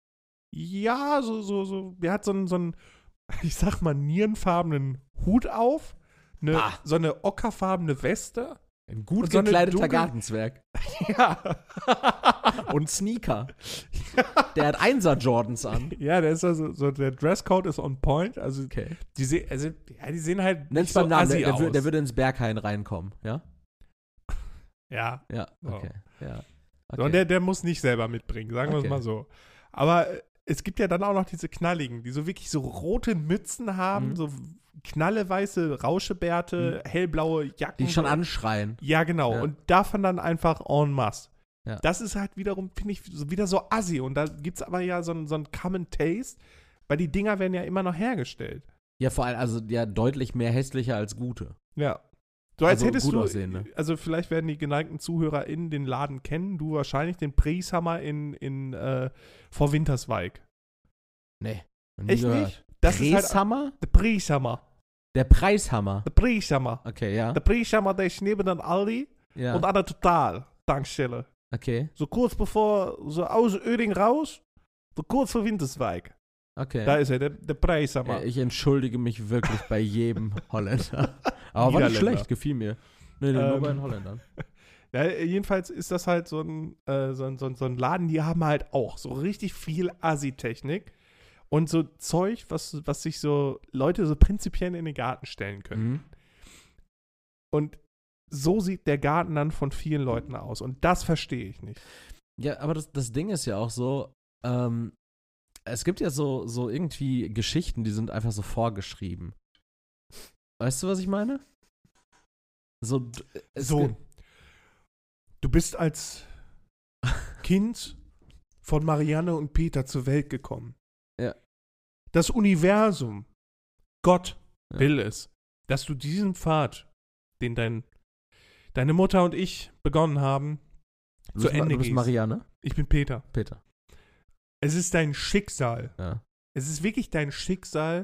Ja, so, so, so. Der hat so einen, so einen, ich sag mal, nierenfarbenen Hut auf, eine, Ah. so eine ockerfarbene Weste. Ein gut Und so eine gekleideter dunkel- Gartenzwerg. Ja. Und Sneaker. Der hat Einser-Jordans an. Ja, der ist also, so, der Dresscode ist on point. Also, Okay. die, se also, ja, die sehen halt Nenn's nicht beim so Namen, assi der, der, aus. wür- der würde ins Berghain reinkommen, ja? ja. Ja, So. okay. Ja. So, Okay. und der, der muss nicht selber mitbringen, sagen wir es Okay. mal so. Aber äh, es gibt ja dann auch noch diese knalligen, die so wirklich so rote Mützen haben, Mhm. so knalleweiße Rauschebärte, hellblaue Jacken. die schon anschreien. Ja, genau. Ja. Und davon dann einfach en masse. Ja. Das ist halt wiederum, finde ich, so, wieder so assi. Und da gibt es aber ja so einen so einen Common Taste, weil die Dinger werden ja immer noch hergestellt. Ja, vor allem, also ja, deutlich mehr hässlicher als gute. Ja. So als Also hättest gut du, aussehende. also vielleicht werden die geneigten ZuhörerInnen den Laden kennen, du wahrscheinlich den Prieshammer in, in äh, vor Winterswijk. Nee. noch nie Echt gehört. nicht? Das ist halt Preishammer? der Prieshammer. Der Preishammer. Der Prieshammer. Okay, ja. Der Prieshammer, der ist neben den Aldi ja. und an der Total-Tankstelle. Okay, So kurz bevor, so aus Oeding raus, so kurz vor Winterswijk. okay. Da ist er, der, der Prieshammer. Äh, ich entschuldige mich wirklich bei jedem Holländer. Aber war nicht Niederländer. schlecht, gefiel mir. Nee, nee, nur Ähm. bei den Holländern. Ja, jedenfalls ist das halt so ein, äh, so, ein, so, ein, so ein Laden, die haben halt auch so richtig viel Assi-Technik und so Zeug, was, was sich so Leute so prinzipiell in den Garten stellen können. Mhm. Und so sieht der Garten dann von vielen Leuten aus. Und das verstehe ich nicht. Ja, aber das, das Ding ist ja auch so, ähm, es gibt ja so, so irgendwie Geschichten, die sind einfach so vorgeschrieben. Weißt du, was ich meine? So, d- es So, gibt- du bist als Kind von Marianne und Peter zur Welt gekommen. Ja. Das Universum, Gott Ja. will es, dass du diesen Pfad, den dein, deine Mutter und ich begonnen haben, du zu bist, Ma- Ende du bist gehst. Marianne? Ich bin Peter. Peter. Es ist dein Schicksal. Ja. Es ist wirklich dein Schicksal,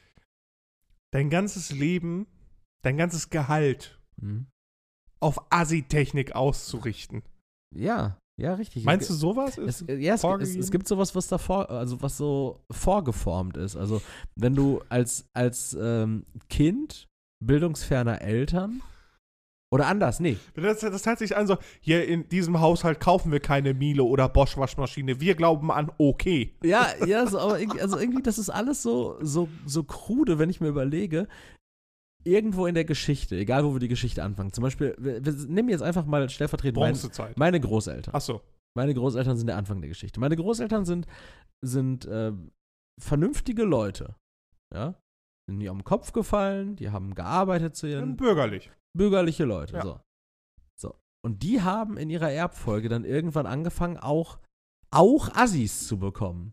dein ganzes Leben, dein ganzes Gehalt Mhm. auf Assi-Technik auszurichten. Ja, ja, richtig. Meinst du es, sowas? es, Ist ja, es, es, vorgegeben? es gibt sowas, was da vor, also was so vorgeformt ist. Also wenn du als, als ähm, Kind bildungsferner Eltern oder anders, nee, Das, das hört sich an so, hier in diesem Haushalt kaufen wir keine Miele oder Bosch Waschmaschine. Wir glauben an okay. Ja, ja, so, aber irgendwie, also irgendwie, das ist alles so, so, so krude, wenn ich mir überlege, irgendwo in der Geschichte, egal wo wir die Geschichte anfangen. Zum Beispiel, wir, wir nehmen jetzt einfach mal stellvertretend mein, Bronzezeit. meine Großeltern. Achso. Meine Großeltern sind der Anfang der Geschichte. Meine Großeltern sind, sind äh, vernünftige Leute. Ja? Sind nie am Kopf gefallen, die haben gearbeitet zu ihren Bürgerlich. bürgerliche Leute. Ja. So. so. Und die haben in ihrer Erbfolge dann irgendwann angefangen, auch, auch Assis zu bekommen.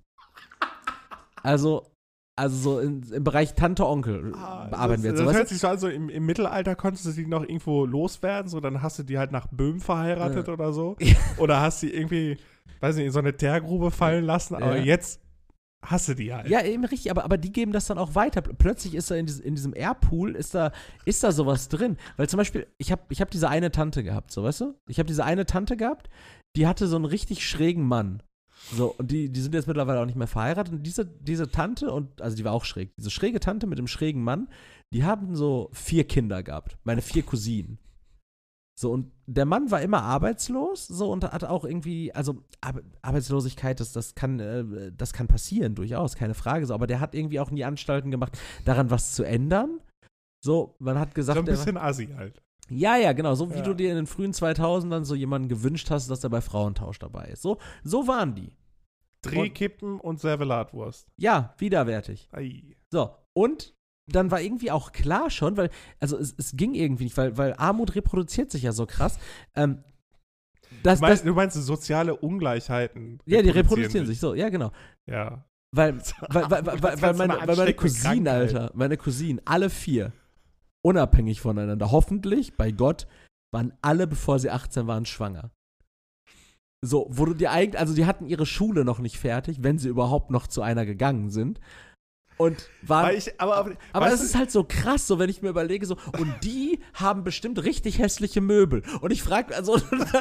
Also, also so in, im Bereich Tante, Onkel Ah, bearbeiten wir das, jetzt. So, das weißt hört sich so an, so im, im Mittelalter konntest du sie noch irgendwo loswerden, so dann hast du die halt nach Böhm verheiratet Ja. oder so. Ja. Oder hast sie irgendwie, weiß nicht, in so eine Teergrube fallen lassen, aber Ja. jetzt hast du die halt. Ja, eben richtig, aber, aber die geben das dann auch weiter. Plötzlich ist da in, diesem- in diesem Airpool, ist da, ist da sowas drin. Weil zum Beispiel, ich habe ich hab diese eine Tante gehabt, so weißt du? Ich habe diese eine Tante gehabt, die hatte so einen richtig schrägen Mann. So, und die, die sind jetzt mittlerweile auch nicht mehr verheiratet. Und diese, diese Tante, und also die war auch schräg, diese schräge Tante mit dem schrägen Mann, die haben so vier Kinder gehabt. Meine vier Cousinen. So, und der Mann war immer arbeitslos, so, und hat auch irgendwie, also Ar Arbeitslosigkeit, das, das, kann, äh, das kann passieren, durchaus, keine Frage, so, aber der hat irgendwie auch nie Anstalten gemacht, daran was zu ändern. So, man hat gesagt, so ein der- bisschen assi halt. ja, ja, genau, so wie Ja. du dir in den frühen zweitausendern so jemanden gewünscht hast, dass er bei Frauentausch dabei ist. So, so waren die. Drehkippen und Servelatwurst. Ja, widerwärtig. Ei. So, und dann war irgendwie auch klar schon, weil, also es, es ging irgendwie nicht, weil, weil Armut reproduziert sich ja so krass. Ähm, das, Du meinst, das, du meinst soziale Ungleichheiten? ja, die reproduzieren sich, so, ja, genau. Ja. Weil, weil, weil, weil, Das weil, kannst weil du meine, eine weil meine ansteckende Cousinen, Krankheit. Alter, meine Cousinen, alle vier, unabhängig voneinander, hoffentlich, bei Gott, waren alle, bevor sie achtzehn waren, schwanger. So, wo du dir eigentlich, also die hatten ihre Schule noch nicht fertig, wenn sie überhaupt noch zu einer gegangen sind. Und waren, Weil ich, aber aber, aber weißt es du- ist halt so krass, so wenn ich mir überlege, so, und die haben bestimmt richtig hässliche Möbel. Und ich frage, also,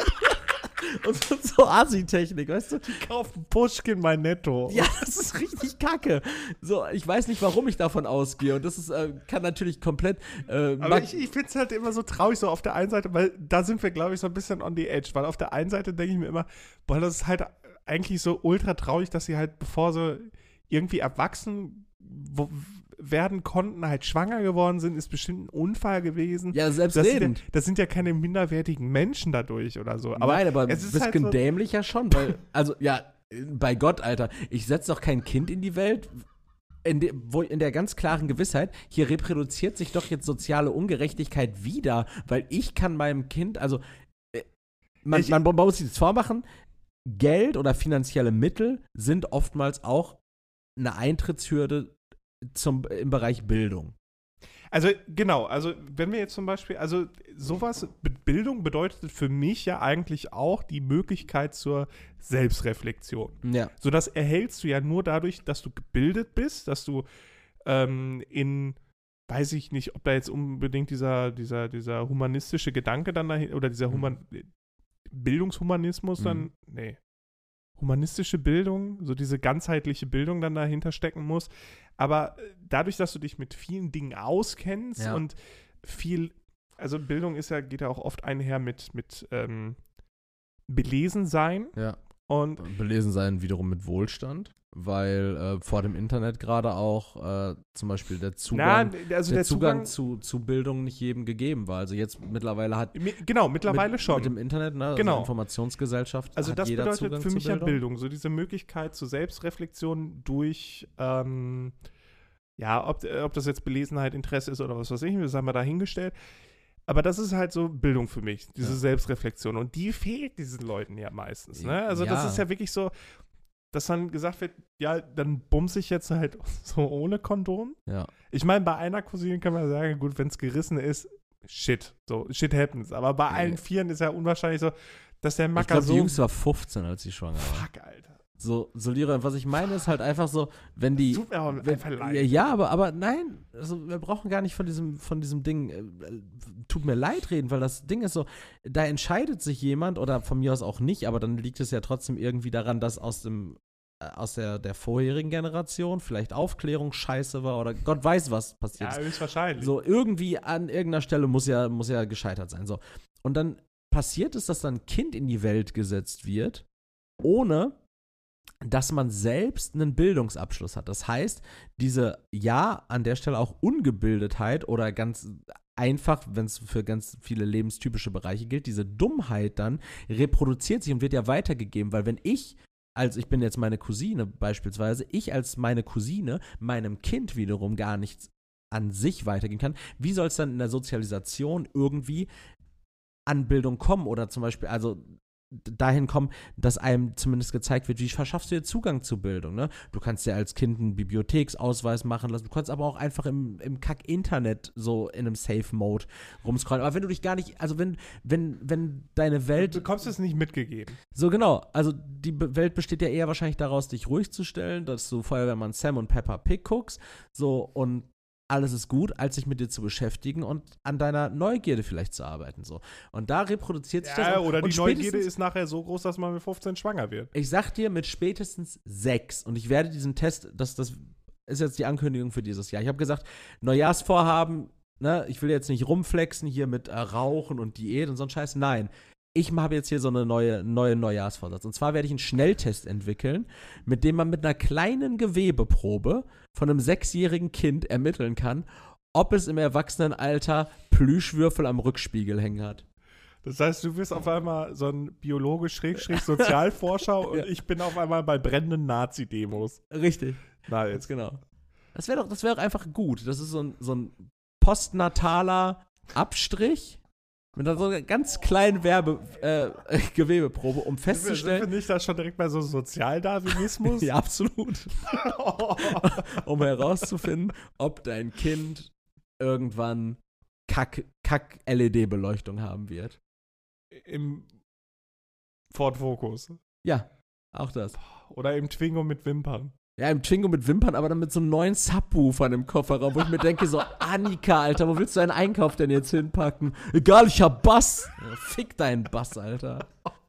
und so, so Asi-Technik, weißt du? die kaufen Pushkin mein Netto. Ja, das ist richtig kacke. So, ich weiß nicht, warum ich davon ausgehe. Und das ist, äh, kann natürlich komplett. Äh, Aber mag- ich, ich finde es halt immer so traurig, so auf der einen Seite, weil da sind wir, glaube ich, so ein bisschen on the edge, weil auf der einen Seite denke ich mir immer, boah, das ist halt eigentlich so ultra traurig, dass sie halt, bevor sie irgendwie erwachsen wo, werden konnten, halt schwanger geworden sind, ist bestimmt ein Unfall gewesen. ja, das, sind ja, selbstredend. das sind ja keine minderwertigen Menschen dadurch oder so. Aber Nein, aber ein es ist bisschen halt so, dämlicher schon, weil, also, ja, bei Gott, Alter, ich setze doch kein Kind in die Welt, in, de, wo, in der ganz klaren Gewissheit, hier reproduziert sich doch jetzt soziale Ungerechtigkeit wieder, weil ich kann meinem Kind, also, äh, man, Ich- man, man muss sich das vormachen, Geld oder finanzielle Mittel sind oftmals auch eine Eintrittshürde zum, im Bereich Bildung. Also genau, also wenn wir jetzt zum Beispiel, also sowas, mit Bildung bedeutet für mich ja eigentlich auch die Möglichkeit zur Selbstreflexion. Ja. So, das erhältst du ja nur dadurch, dass du gebildet bist, dass du ähm, in, weiß ich nicht, ob da jetzt unbedingt dieser, dieser, dieser humanistische Gedanke dann dahin, oder dieser Human Bildungshumanismus Mhm. dann, nee, humanistische Bildung, so diese ganzheitliche Bildung dann dahinter stecken muss. Aber äh, dadurch, dass du dich mit vielen Dingen auskennst Ja. und viel, also Bildung ist ja, geht ja auch oft einher mit, mit ähm, Belesensein Ja. und Belesen sein wiederum mit Wohlstand, weil äh, vor dem Internet gerade auch äh, zum Beispiel der Zugang, na, also der, der, Zugang, Zugang, zu, zu Bildung nicht jedem gegeben war. Also jetzt mittlerweile hat mi- genau, mittlerweile mit, schon. mit dem Internet, ne, Genau. also Informationsgesellschaft, Also hat das jeder bedeutet Zugang für zu mich Bildung. ja Bildung, so diese Möglichkeit zur Selbstreflexion durch, ähm, ja, ob, äh, ob das jetzt Belesenheit, Interesse ist oder was weiß ich, das haben wir da hingestellt. Aber das ist halt so Bildung für mich, diese Ja. Selbstreflexion. Und die fehlt diesen Leuten ja meistens. Ne? Also das Ja. ist ja wirklich so, dass dann gesagt wird, ja, dann bumse ich jetzt halt so ohne Kondom. Ja. Ich meine, bei einer Cousine kann man sagen, gut, wenn es gerissen ist, shit, so, shit happens. Aber bei Nee. allen Vieren ist ja unwahrscheinlich so, dass der Ich Macker glaube, die so, Jüngste war fünfzehn, als sie schwanger war. fuck, Alter. So, so Lira, was ich meine, ist halt einfach so, wenn die. Tut mir aber wenn, einfach leid. Ja, ja, aber, aber nein, also wir brauchen gar nicht von diesem, von diesem Ding, äh, äh, tut mir leid reden, weil das Ding ist so, da entscheidet sich jemand, oder von mir aus auch nicht, aber dann liegt es ja trotzdem irgendwie daran, dass aus dem, äh, aus der, der vorherigen Generation vielleicht Aufklärung scheiße war oder Gott weiß, was passiert Ja, ist. höchstwahrscheinlich. So, irgendwie an irgendeiner Stelle muss ja, muss ja gescheitert sein. So. Und dann passiert es, dass dann ein Kind in die Welt gesetzt wird, ohne dass man selbst einen Bildungsabschluss hat. Das heißt, diese, ja, an der Stelle auch Ungebildetheit oder ganz einfach, wenn es für ganz viele lebenstypische Bereiche gilt, diese Dummheit dann reproduziert sich und wird ja weitergegeben, weil wenn ich, also ich bin jetzt meine Cousine beispielsweise, ich als meine Cousine meinem Kind wiederum gar nichts an sich weitergeben kann, wie soll es dann in der Sozialisation irgendwie an Bildung kommen oder zum Beispiel, also dahin kommen, dass einem zumindest gezeigt wird, wie verschaffst du dir Zugang zu Bildung, ne? Du kannst dir als Kind einen Bibliotheksausweis machen lassen, du kannst aber auch einfach im, im Kack-Internet so in einem Safe-Mode rumscrollen, aber wenn du dich gar nicht, also wenn, wenn, wenn deine Welt, Du bekommst es nicht mitgegeben. so genau, also die Be- Welt besteht ja eher wahrscheinlich daraus, dich ruhig zu stellen, dass du Feuerwehrmann Sam und Peppa Pig guckst, so, und alles ist gut, als sich mit dir zu beschäftigen und an deiner Neugierde vielleicht zu arbeiten. So. Und da reproduziert sich das. Ja, und, oder und die Neugierde spätestens- ist nachher so groß, dass man mit fünfzehn schwanger wird. Ich sag dir, mit spätestens sechs, und ich werde diesen Test, das, das ist jetzt die Ankündigung für dieses Jahr. Ich habe gesagt, Neujahrsvorhaben, ne, ich will jetzt nicht rumflexen hier mit äh, Rauchen und Diät und so ein Scheiß. Nein. Ich habe jetzt hier so eine neue, neue Neujahrsvorsatz. Und zwar werde ich einen Schnelltest entwickeln, mit dem man mit einer kleinen Gewebeprobe von einem sechsjährigen Kind ermitteln kann, ob es im Erwachsenenalter Plüschwürfel am Rückspiegel hängen hat. Das heißt, du bist auf einmal so ein Biologe-Sozialforscher und Ja. ich bin auf einmal bei brennenden Nazi-Demos. Richtig. Na, Ganz jetzt. genau. Das wäre doch, das wäre doch einfach gut. Das ist so ein, so ein postnataler Abstrich mit so einer ganz kleinen Werbe, äh, Gewebeprobe, um Sind wir, sind festzustellen. wir nicht da schon direkt bei so Sozialdarwinismus? Ja, absolut. Um herauszufinden, ob dein Kind irgendwann Kack-L E D-Beleuchtung haben wird. Im Ford Focus. Ja, auch das. Oder im Twingo mit Wimpern. Ja, im Twingo mit Wimpern, aber dann mit so einem neuen Subwoofern im Kofferraum, wo ich mir denke, so, Annika, Alter, wo willst du deinen Einkauf denn jetzt hinpacken? Egal, ich hab Bass. Ja, fick deinen Bass, Alter.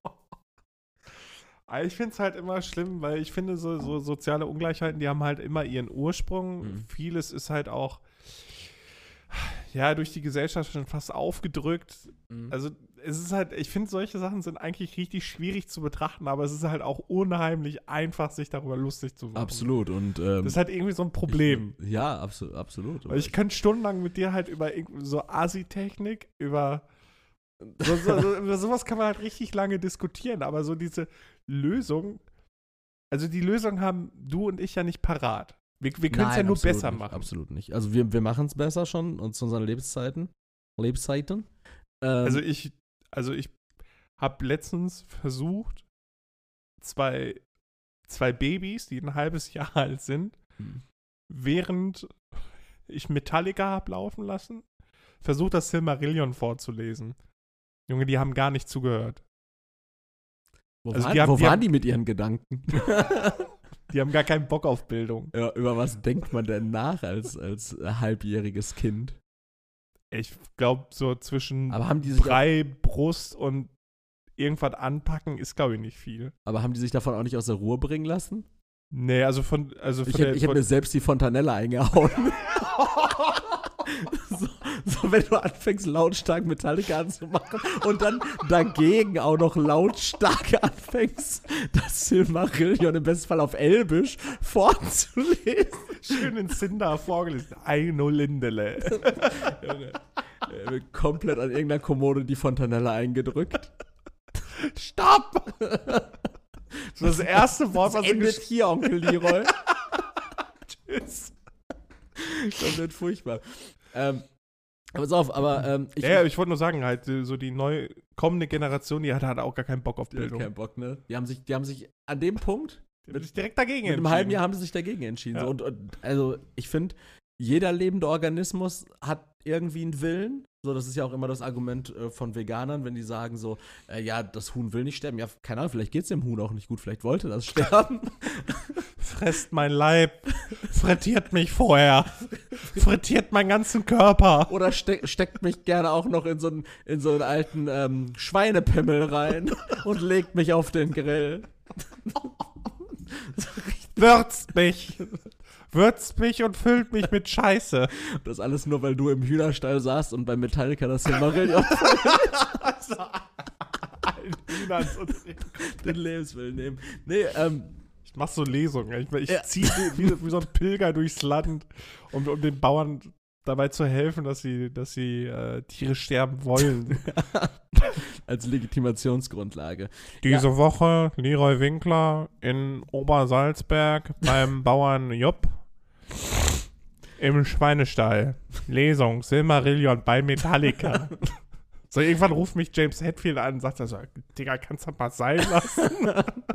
Ich finde es halt immer schlimm, weil ich finde, so, so soziale Ungleichheiten, die haben halt immer ihren Ursprung. Mhm. Vieles ist halt auch, ja, durch die Gesellschaft schon fast aufgedrückt. Mhm. Also es ist halt, ich finde, solche Sachen sind eigentlich richtig schwierig zu betrachten, aber es ist halt auch unheimlich einfach, sich darüber lustig zu machen. Absolut. Und, ähm, Das ist halt irgendwie so ein Problem. Ich, ja, absolut. absolut. Weil ich könnte stundenlang mit dir halt über irgend- so Asi-Technik, über so, so, so, über sowas kann man halt richtig lange diskutieren, aber so diese Lösung, also die Lösung haben du und ich ja nicht parat. Wir, wir können es ja Nein, nur absolut besser nicht, machen. Absolut nicht. Also wir, wir machen es besser schon und zu unseren Lebenszeiten. Lebenszeiten. Ähm, Also ich, also ich habe letztens versucht, zwei, zwei Babys, die ein halbes Jahr alt sind, hm. während ich Metallica habe laufen lassen, versucht das Silmarillion vorzulesen. Junge, die haben gar nicht zugehört. Wo, also waren, die haben- wo die waren haben- die mit ihren Gedanken? Die haben gar keinen Bock auf Bildung. Ja, über was denkt man denn nach als, als äh, halbjähriges Kind? Ich glaube, so zwischen Aber haben die sich, auch, Brei, Brust und irgendwas anpacken ist, glaube ich, nicht viel. aber haben die sich davon auch nicht aus der Ruhe bringen lassen? Nee, also von, also von Ich, der, hätte- ich hätte von, mir selbst die Fontanelle eingehauen. so, so, wenn du anfängst, lautstark Metallica anzumachen und dann dagegen auch noch lautstark anfängst, das Silmarillion im besten Fall auf Elbisch vorzulesen. schön in Cinder vorgelesen. Eino Lindele. Junge, er wird komplett an irgendeiner Kommode die Fontanelle eingedrückt. Stopp! So das erste Wort, Das was ich endet hier, Onkel Leroy. ist. Komplett furchtbar. Ähm, aber pass auf, aber ähm, ich, Ja, ich wollte nur sagen, halt, so die neu kommende Generation, die hat halt auch gar keinen Bock auf die haben Bildung. keinen Bock, ne? Die haben sich, die haben sich an dem Punkt, Die haben sich direkt dagegen mit einem halben Jahr haben sie sich dagegen entschieden. Ja. So, und, und also ich finde, jeder lebende Organismus hat irgendwie einen Willen. So, das ist ja auch immer das Argument äh, von Veganern, wenn die sagen so, äh, ja, das Huhn will nicht sterben. Ja, keine Ahnung, vielleicht geht es dem Huhn auch nicht gut, vielleicht wollte das sterben. Fresst mein Leib, frittiert mich vorher, frittiert meinen ganzen Körper. Oder ste steckt mich gerne auch noch in so einen, in so einen alten ähm, Schweinepimmel rein und legt mich auf den Grill. Würzt mich, würzt mich und füllt mich mit Scheiße. Das alles nur, weil du im Hühnerstall saßt und bei Metallica das Silmarillion Also, ein Hühnern und den Lebenswillen nehmen. Nee, ähm, ich mach so Lesungen. Ich, ich Ja. ziehe wie, wie, wie so ein Pilger durchs Land, um, um den Bauern dabei zu helfen, dass sie, dass sie äh, Tiere sterben wollen. als Legitimationsgrundlage. Diese Woche Leroy Winkler in Obersalzberg beim Bauern Jopp im Schweinestall. Lesung Silmarillion bei Metallica. So, irgendwann ruft mich James Hetfield an und sagt er so, Digga, kannst du das mal sein lassen?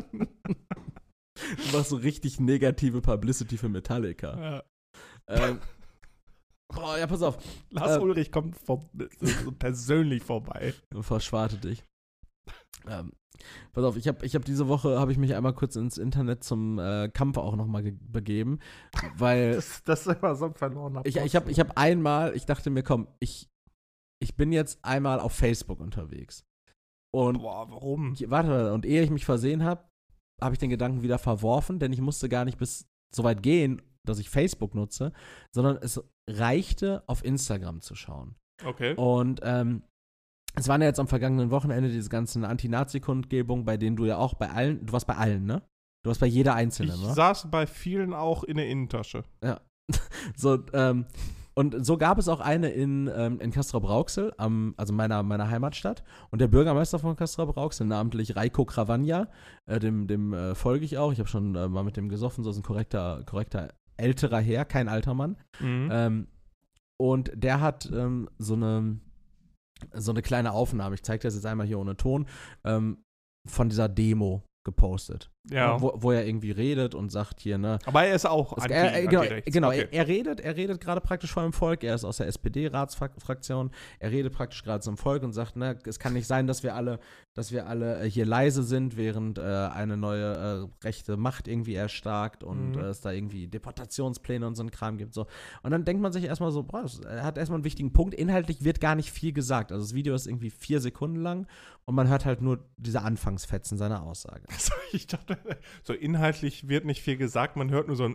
Du machst so richtig negative Publicity für Metallica. Ja. Ähm, boah, ja, pass auf. Lars Ähm. Ulrich kommt vor, so persönlich vorbei. Verschwarte dich. Ähm, pass auf, ich habe ich hab diese Woche, habe ich mich einmal kurz ins Internet zum äh, Kampf auch nochmal begeben, weil Das, das ist immer so ein verlorener ich, ich habe ich hab einmal, ich dachte mir, komm, ich, ich bin jetzt einmal auf Facebook unterwegs. Und Boah, warum? ich, warte, und ehe ich mich versehen habe, habe ich den Gedanken wieder verworfen, denn ich musste gar nicht bis so weit gehen, dass ich Facebook nutze, sondern es reichte, auf Instagram zu schauen. Okay. Und ähm, es waren ja jetzt am vergangenen Wochenende diese ganzen Anti-Nazi-Kundgebungen, bei denen du ja auch bei allen, du warst bei allen, ne? Du warst bei jeder einzelnen, Ich ne? saß bei vielen auch in der Innentasche. So, ähm, und so gab es auch eine in, ähm, in Castrop-Rauxel, am, also meiner, meiner Heimatstadt. Und der Bürgermeister von Castrop-Rauxel, namentlich Reiko Cravagna, äh, dem, dem äh, folge ich auch. Ich habe schon äh, mal mit dem gesoffen, so ist ein korrekter, korrekter älterer Herr, kein alter Mann. Mhm. Ähm, und der hat ähm, so eine so eine kleine Aufnahme, ich zeige das jetzt einmal hier ohne Ton, ähm, von dieser Demo gepostet. Ja. wo, wo er irgendwie redet und sagt hier, ne. Aber er ist auch Es- anti, er, er, genau, anti-rechts. genau Okay. er, er redet, er redet gerade praktisch vor dem Volk, er ist aus der S P D-Ratsfraktion, er redet praktisch gerade zum Volk und sagt, ne, es kann nicht sein, dass wir alle, dass wir alle äh, hier leise sind, während äh, eine neue äh, rechte Macht irgendwie erstarkt und Mhm. äh, es da irgendwie Deportationspläne und so ein Kram gibt. So. Und dann denkt man sich erstmal so, boah, das- er hat erstmal einen wichtigen Punkt. Inhaltlich wird gar nicht viel gesagt. Also das Video ist irgendwie vier Sekunden lang und man hört halt nur diese Anfangsfetzen seiner Aussage. Also ich dachte, so inhaltlich wird nicht viel gesagt, man hört nur so ein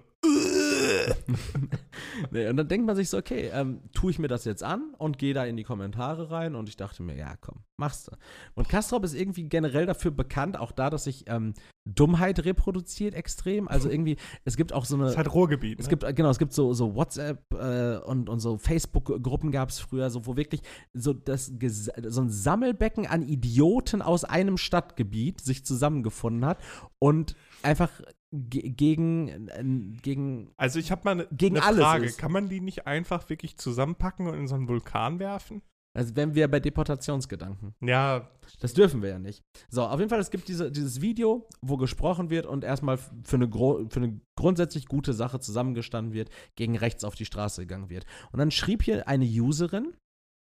Nee, und dann denkt man sich so, okay, ähm, tue ich mir das jetzt an und gehe da in die Kommentare rein und ich dachte mir, ja komm, machst du. Und Kastrop ist irgendwie generell dafür bekannt, auch da, dass sich ähm, Dummheit reproduziert extrem. Also irgendwie, es gibt auch so eine Das ist halt Ruhrgebiet. Es Ne? gibt, genau, es gibt so, so WhatsApp äh, und, und so Facebook-Gruppen gab es früher, so wo wirklich so, das, Ges- so ein Sammelbecken an Idioten aus einem Stadtgebiet sich zusammengefunden hat und einfach ge gegen, äh, gegen Also ich habe mal eine Gegen ne alles Frage. ist. Kann man die nicht einfach wirklich zusammenpacken und in so einen Vulkan werfen? also wären wir bei Deportationsgedanken. Ja, Das dürfen wir ja nicht. So, auf jeden Fall, es gibt diese, dieses Video, wo gesprochen wird und erstmal für eine, gro- für eine grundsätzlich gute Sache zusammengestanden wird, gegen rechts auf die Straße gegangen wird. Und dann schrieb hier eine Userin,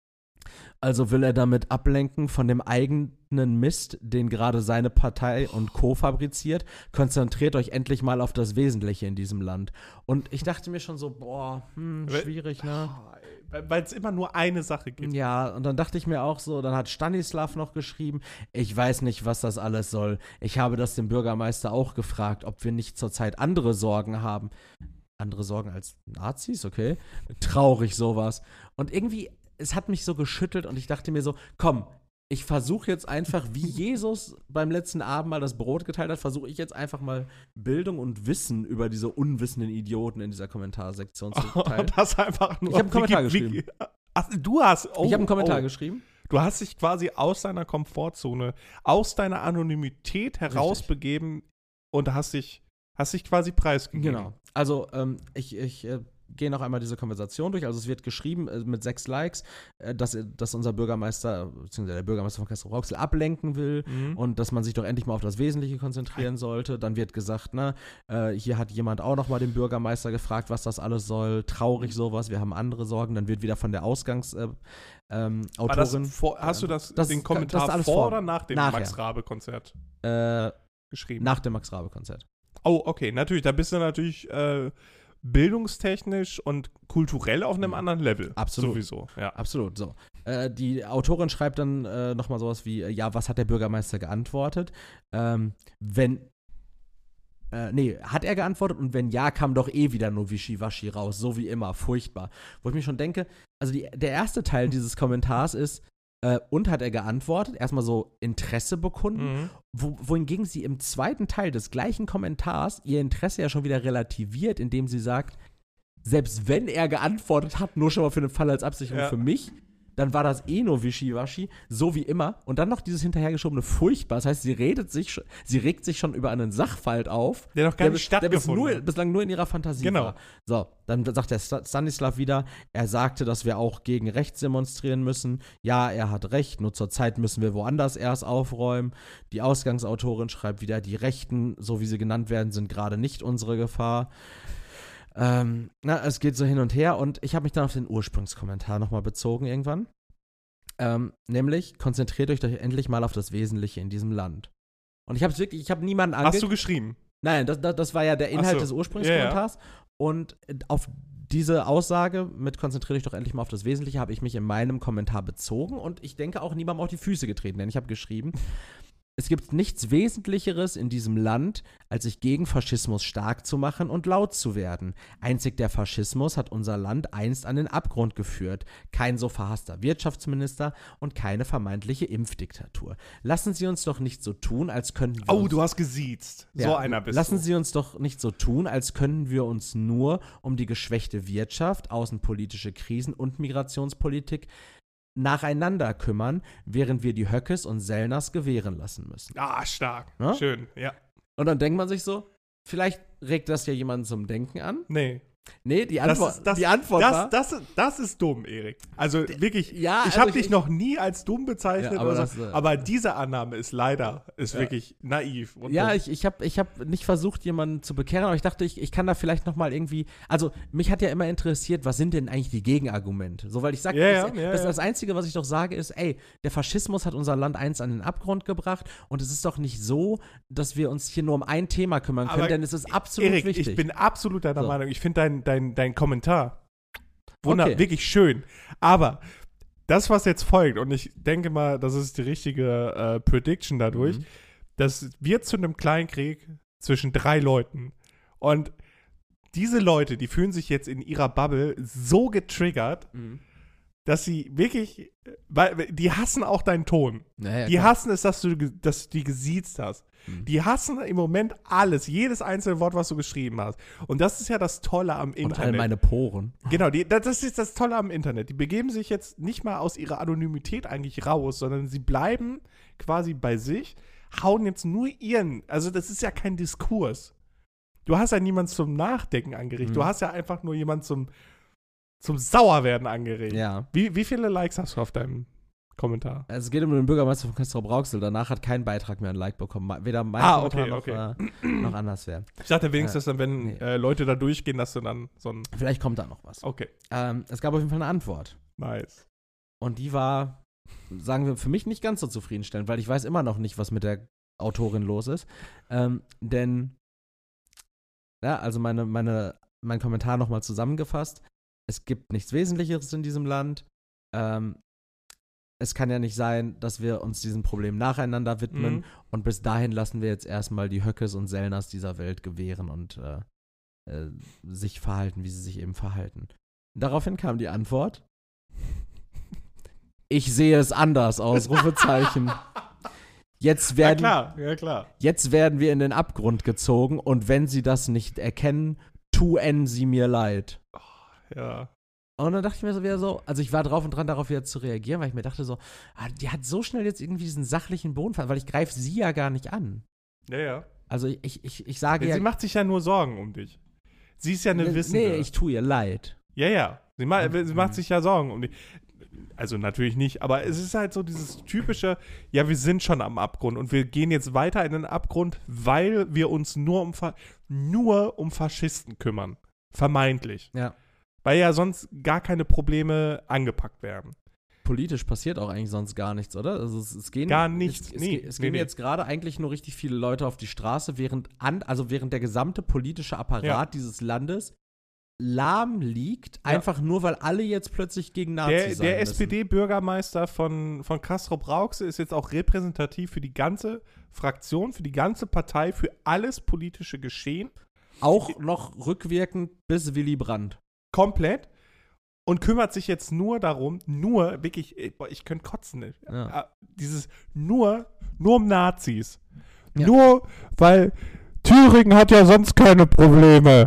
also will er damit ablenken von dem eigenen Mist, den gerade seine Partei und Co. fabriziert. Konzentriert euch endlich mal auf das Wesentliche in diesem Land. Und ich dachte mir schon so, boah, hm, schwierig, ne? weil es immer nur eine Sache gibt. Ja, und dann dachte ich mir auch so, dann hat Stanislav noch geschrieben, ich weiß nicht, was das alles soll. Ich habe das dem Bürgermeister auch gefragt, ob wir nicht zurzeit andere Sorgen haben. Andere Sorgen als Nazis, okay? Traurig sowas. Und irgendwie, es hat mich so geschüttelt und ich dachte mir so, komm, ich versuche jetzt einfach, wie Jesus beim letzten Abendmahl das Brot geteilt hat, versuche ich jetzt einfach mal Bildung und Wissen über diese unwissenden Idioten in dieser Kommentarsektion zu teilen. Und das einfach nur Ich hab einen Kommentar Wiki- geschrieben. Wiki- Ach, du hast. Oh, ich habe einen Kommentar oh. geschrieben. Du hast dich quasi aus deiner Komfortzone, aus deiner Anonymität herausbegeben und hast dich, hast dich quasi preisgegeben. Genau. Also, ähm, ich, ich äh, gehe noch einmal diese Konversation durch. Also, es wird geschrieben äh, mit sechs Likes, äh, dass, dass unser Bürgermeister, beziehungsweise der Bürgermeister von Castrop-Rauxel ablenken will Mhm. und dass man sich doch endlich mal auf das Wesentliche konzentrieren sollte. Dann wird gesagt, na, äh, hier hat jemand auch noch mal den Bürgermeister gefragt, was das alles soll. Traurig sowas, wir haben andere Sorgen. Dann wird wieder von der Ausgangs- äh, ähm, War das Autorin vor, hast du das, das- den Kommentar das ist alles vor vor- oder nach dem nachher. Max-Rabe-Konzert äh, geschrieben? nach dem Max-Rabe-Konzert. Oh, okay, natürlich. Da bist du natürlich äh, bildungstechnisch und kulturell auf einem anderen Level. Absolut. Sowieso, ja. Absolut, so. Äh, die Autorin schreibt dann äh, nochmal sowas wie, äh, ja, was hat der Bürgermeister geantwortet? Ähm, wenn, äh, nee, hat er geantwortet und wenn ja, kam doch eh wieder nur Wischiwaschi raus, so wie immer, furchtbar. Wo ich mir schon denke, also die, der erste Teil dieses Kommentars ist, äh, und hat er geantwortet, erstmal so Interesse bekunden, Mhm. wo, wohingegen sie im zweiten Teil des gleichen Kommentars ihr Interesse ja schon wieder relativiert, indem sie sagt, selbst wenn er geantwortet hat, nur schon mal für den Fall als Absicherung Ja. für mich, dann war das eh nur Wischiwaschi, so wie immer. Und dann noch dieses hinterhergeschobene Furchtbar. Das heißt, sie redet sich, schon- sie regt sich schon über einen Sachverhalt auf, Der noch gar der, nicht bis- der bis stattgefunden nur, hat. bislang nur in ihrer Fantasie Genau. war. So, dann sagt der Sta- Stanislav wieder, er sagte, dass wir auch gegen rechts demonstrieren müssen. Ja, er hat recht, nur zurzeit müssen wir woanders erst aufräumen. Die Ausgangsautorin schreibt wieder, die Rechten, so wie sie genannt werden, sind gerade nicht unsere Gefahr. Ähm, na, es geht so hin und her und ich habe mich dann auf den Ursprungskommentar nochmal bezogen irgendwann. Ähm, nämlich, konzentriert euch doch endlich mal auf das Wesentliche in diesem Land. Und ich habe es wirklich, ich habe niemanden ange... Hast du geschrieben? Nein, das, das, das war ja der Inhalt Ach so. des Ursprungskommentars. Und auf diese Aussage mit konzentriert euch doch endlich mal auf das Wesentliche habe ich mich in meinem Kommentar bezogen und ich denke auch niemandem auf die Füße getreten, denn ich habe geschrieben, es gibt nichts Wesentlicheres in diesem Land, als sich gegen Faschismus stark zu machen und laut zu werden. Einzig der Faschismus hat unser Land einst an den Abgrund geführt. Kein so verhasster Wirtschaftsminister und keine vermeintliche Impfdiktatur. Lassen Sie uns doch nicht so tun, als könnten wir Oh, uns du hast gesiezt. So ja, einer bist Lassen du. Sie uns doch nicht so tun, als könnten wir uns nur um die geschwächte Wirtschaft, außenpolitische Krisen und Migrationspolitik nacheinander kümmern, während wir die Höckes und Sellners gewähren lassen müssen. Ah, stark. Ja? Schön, ja. Und dann denkt man sich so, vielleicht regt das ja jemanden zum Denken an. Nee. Nee, die Antwort, das ist, das, die Antwort das, war... Das, das, das ist dumm, Erik. Also wirklich, ja, ich also habe ich- dich noch nie als dumm bezeichnet, Ja, aber oder so, das, äh, aber diese Annahme ist leider, ist Ja. wirklich naiv. Und Ja, dumm. ich, ich habe ich hab nicht versucht, jemanden zu bekehren, aber ich dachte, ich, ich kann da vielleicht noch mal irgendwie, also mich hat ja immer interessiert, was sind denn eigentlich die Gegenargumente? So, weil ich sage, Ja, ja, das, ja, das, ja. das Einzige, was ich doch sage, ist, ey, der Faschismus hat unser Land eins an den Abgrund gebracht und es ist doch nicht so, dass wir uns hier nur um ein Thema kümmern können, Aber denn es ist absolut Erik, wichtig. ich bin absolut deiner So. Meinung. Ich finde dein, dein, dein Kommentar wunder Okay. wirklich schön. Aber das, was jetzt folgt, und ich denke mal, das ist die richtige äh, Prediction dadurch, Mhm. das wird zu einem Kleinkrieg zwischen drei Leuten. Und diese Leute, die fühlen sich jetzt in ihrer Bubble so getriggert, Mhm. dass sie wirklich, weil die hassen auch deinen Ton. Naja, Die klar. hassen es, dass du, ge- dass du die gesiezt hast. Mhm. Die hassen im Moment alles, jedes einzelne Wort, was du geschrieben hast. Und das ist ja das Tolle am und all Internet. meine Poren. Genau, die, das das ist das Tolle am Internet. Die begeben sich jetzt nicht mal aus ihrer Anonymität eigentlich raus, sondern sie bleiben quasi bei sich, hauen jetzt nur ihren, also das ist ja kein Diskurs. Du hast ja niemanden zum Nachdenken angeregt. Mhm. Du hast ja einfach nur jemanden zum, zum Sauerwerden angeregt. Ja. Wie, wie viele Likes hast du auf deinem Kommentar? Also es geht um den Bürgermeister von Castrop-Rauxel. Danach hat kein Beitrag mehr ein Like bekommen. Ma- Weder mein Ah, Kommentar okay, noch, okay. Äh, noch anders wäre. Ich dachte wenigstens, dass dann, wenn nee. äh, Leute da durchgehen, dass du dann so ein. Vielleicht kommt da noch was. Okay, Ähm, es gab auf jeden Fall eine Antwort. nice. Und die war, sagen wir, für mich nicht ganz so zufriedenstellend, weil ich weiß immer noch nicht, was mit der Autorin los ist. Ähm, denn, ja, also meine, meine, mein Kommentar nochmal zusammengefasst. Es gibt nichts Wesentlicheres in diesem Land. Ähm, es kann ja nicht sein, dass wir uns diesem Problem nacheinander widmen. Mhm. Und bis dahin lassen wir jetzt erstmal die Höckes und Sellners dieser Welt gewähren und äh, äh, sich verhalten, wie sie sich eben verhalten. Daraufhin kam die Antwort: Ich sehe es anders, Ausrufezeichen. Jetzt Ja werden, klar, ja klar. jetzt werden wir in den Abgrund gezogen und wenn sie das nicht erkennen, tun sie mir leid. Ja. Und dann dachte ich mir so wieder so, also ich war drauf und dran, darauf wieder zu reagieren, weil ich mir dachte so, ah, die hat so schnell jetzt irgendwie diesen sachlichen Boden verloren, weil ich greife sie ja gar nicht an. Ja, ja. Also ich, ich, ich sage Ja, ja, sie macht sich ja nur Sorgen um dich. Sie ist ja eine nee, Wissende. nee, ich tue ihr leid. ja, ja. Sie, ma Mhm. sie macht sich ja Sorgen um dich. Also natürlich nicht, aber es ist halt so dieses typische, ja, wir sind schon am Abgrund und wir gehen jetzt weiter in den Abgrund, weil wir uns nur um, Fa nur um Faschisten kümmern. Vermeintlich. Ja. Weil ja sonst gar keine Probleme angepackt werden. Politisch passiert auch eigentlich sonst gar nichts, oder? Also es, es gehen Gar nichts, Es, es, nee, ge- es nee, gehen nee. jetzt gerade eigentlich nur richtig viele Leute auf die Straße, während an, also während der gesamte politische Apparat Ja. dieses Landes lahm liegt, Ja. einfach nur, weil alle jetzt plötzlich gegen Nazis Der, sein der müssen. S P D-Bürgermeister von, von Castrop-Rauxel ist jetzt auch repräsentativ für die ganze Fraktion, für die ganze Partei, für alles politische Geschehen. Auch noch rückwirkend bis Willy Brandt. Komplett. Und kümmert sich jetzt nur darum, nur, wirklich, ey, boah, ich könnte kotzen. ey. Ja. Äh, Dieses nur, nur um Nazis. Ja. Nur, weil Thüringen hat ja sonst keine Probleme.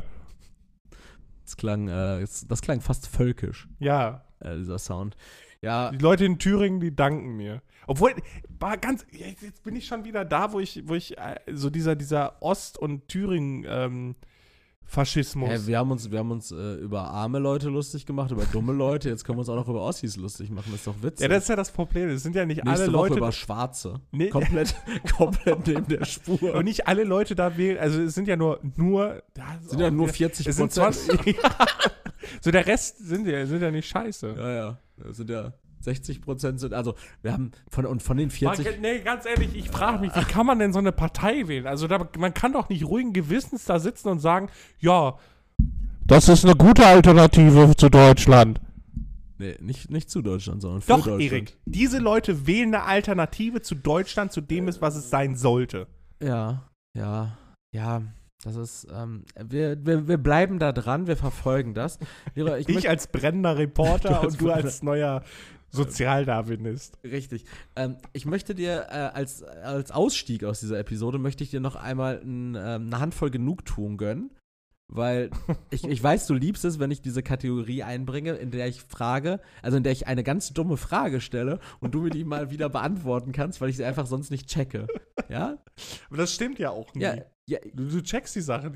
Das klang, äh, das, das klang fast völkisch, Ja, äh, dieser Sound. Ja, die Leute in Thüringen, die danken mir. Obwohl, war ganz, jetzt jetzt bin ich schon wieder da, wo ich, wo ich, äh, so dieser, dieser Ost- und Thüringen, ähm, Faschismus. Hä, wir haben uns, wir haben uns äh, über arme Leute lustig gemacht, über dumme Leute. Jetzt können wir uns auch noch über Ossis lustig machen. Das ist doch witzig. ja, das ist ja das Problem. Es sind ja nicht Nächste alle Woche Leute. über Schwarze. Nee. Komplett, komplett neben der Spur. Und nicht alle Leute da wählen, also es sind ja nur, nur, da ist sind auch ja nur wieder- vierzig es sind Prozent. zwanzig, so der Rest sind ja, sind ja nicht scheiße. Ja, ja. Das sind ja sechzig Prozent sind, also wir haben von, und von den Man, vierzig, kann- nee, ganz ehrlich, ich frage mich, wie kann man denn so eine Partei wählen? Also da, man kann doch nicht ruhigen Gewissens da sitzen und sagen, ja, das ist eine gute Alternative zu Deutschland. nee, nicht, nicht zu Deutschland, sondern für Doch, Deutschland. Erik, diese Leute wählen eine Alternative zu Deutschland, zu dem ist, was es sein sollte. Ja, ja, ja, das ist, ähm, wir, wir, wir bleiben da dran, wir verfolgen das. Lira, ich Ich, möchte- als brennender Reporter Du als und du als neuer Sozialdarwinist. Richtig. Ähm, ich möchte dir äh, als, als Ausstieg aus dieser Episode, möchte ich dir noch einmal ein, ähm, eine Handvoll Genugtuung gönnen, weil ich, ich weiß, du liebst es, wenn ich diese Kategorie einbringe, in der ich frage, also in der ich eine ganz dumme Frage stelle und du mir die mal wieder beantworten kannst, weil ich sie einfach sonst nicht checke. Ja? Aber das stimmt ja auch nie. Ja, ja, Du, du checkst die Sachen ja.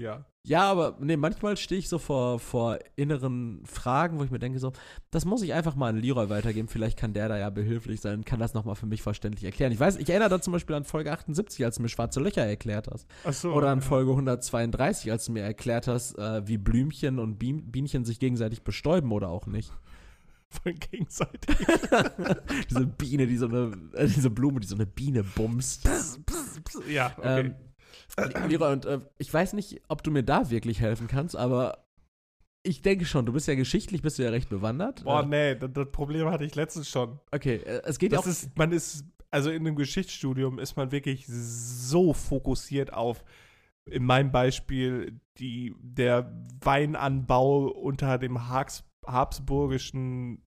Ja, aber nee, manchmal stehe ich so vor, vor inneren Fragen, wo ich mir denke so, das muss ich einfach mal an Leroy weitergeben, vielleicht kann der da ja behilflich sein, kann das nochmal für mich verständlich erklären. Ich weiß, ich erinnere da zum Beispiel an Folge achtundsiebzig, als du mir schwarze Löcher erklärt hast. Ach so, Oder an ja. Folge hundertzweiunddreißig, als du mir erklärt hast, äh, wie Blümchen und Bien- Bienchen sich gegenseitig bestäuben oder auch nicht. Von gegenseitig. Diese Biene, die so eine, äh, diese Blume, die so eine Biene bumst. Ja, okay. Ähm, Leroy, und äh, ich weiß nicht, ob du mir da wirklich helfen kannst, aber ich denke schon, du bist ja geschichtlich, bist du ja recht bewandert. Boah, Äh, nee, das, das Problem hatte ich letztens schon. okay, äh, es geht ja Das auch. ist, man ist, also in einem Geschichtsstudium ist man wirklich so fokussiert auf, in meinem Beispiel, die, der Weinanbau unter dem Habs, habsburgischen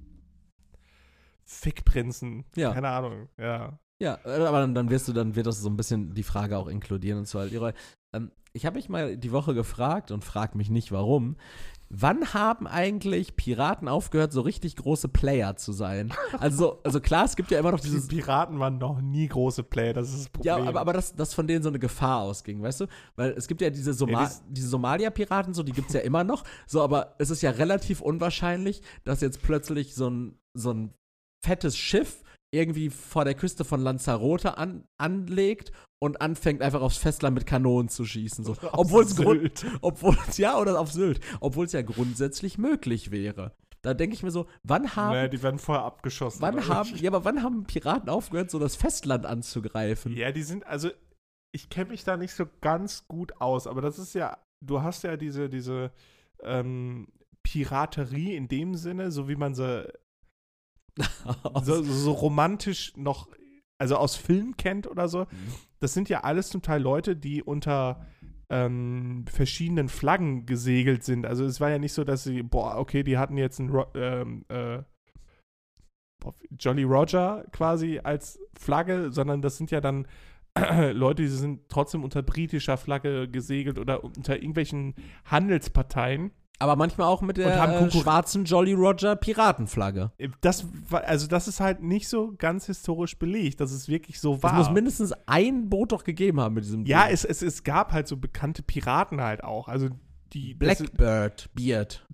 Fickprinzen. Ja. Keine Ahnung, ja. Ja, äh, aber dann, dann wirst du, dann wird das so ein bisschen die Frage auch inkludieren und zwar, Leroy, ähm, ich habe mich mal die Woche gefragt und frag mich nicht warum, wann haben eigentlich Piraten aufgehört, so richtig große Player zu sein? Also, also klar, es gibt ja immer noch dieses. Die Piraten waren noch nie große Player, das ist das Problem. Ja, aber, aber dass, dass von denen so eine Gefahr ausging, weißt du? Weil es gibt ja diese, Soma Ja, das- diese Somalia-Piraten, so, die gibt es ja immer noch. So, aber es ist ja relativ unwahrscheinlich, dass jetzt plötzlich so ein, so ein fettes Schiff irgendwie vor der Küste von Lanzarote an, anlegt und anfängt einfach aufs Festland mit Kanonen zu schießen. So. Obwohl es Grund, obwohl es ja oder auf Sylt, obwohl es ja grundsätzlich möglich wäre. Da denke ich mir so, wann haben, Naja, die werden vorher abgeschossen. wann glaub haben, ich. ja, aber wann haben Piraten aufgehört, so das Festland anzugreifen? Ja, die sind, also ich kenne mich da nicht so ganz gut aus, aber das ist ja, du hast ja diese, diese ähm, Piraterie in dem Sinne, so wie man sie so, so, so romantisch noch, also aus Film kennt oder so. Das sind ja alles zum Teil Leute, die unter ähm, verschiedenen Flaggen gesegelt sind. Also es war ja nicht so, dass sie, boah, okay, die hatten jetzt einen Ro ähm, äh, Jolly Roger quasi als Flagge, sondern das sind ja dann Leute, die sind trotzdem unter britischer Flagge gesegelt oder unter irgendwelchen Handelsparteien. Aber manchmal auch mit Und haben der äh, Konkur- schwarzen Jolly Roger Piratenflagge. Das war, also das ist halt nicht so ganz historisch belegt, dass es wirklich so war. Es muss mindestens ein Boot doch gegeben haben mit diesem Ja, Ding. es, es, es gab halt so bekannte Piraten halt auch. Also die das ist- Blackbird, Beard.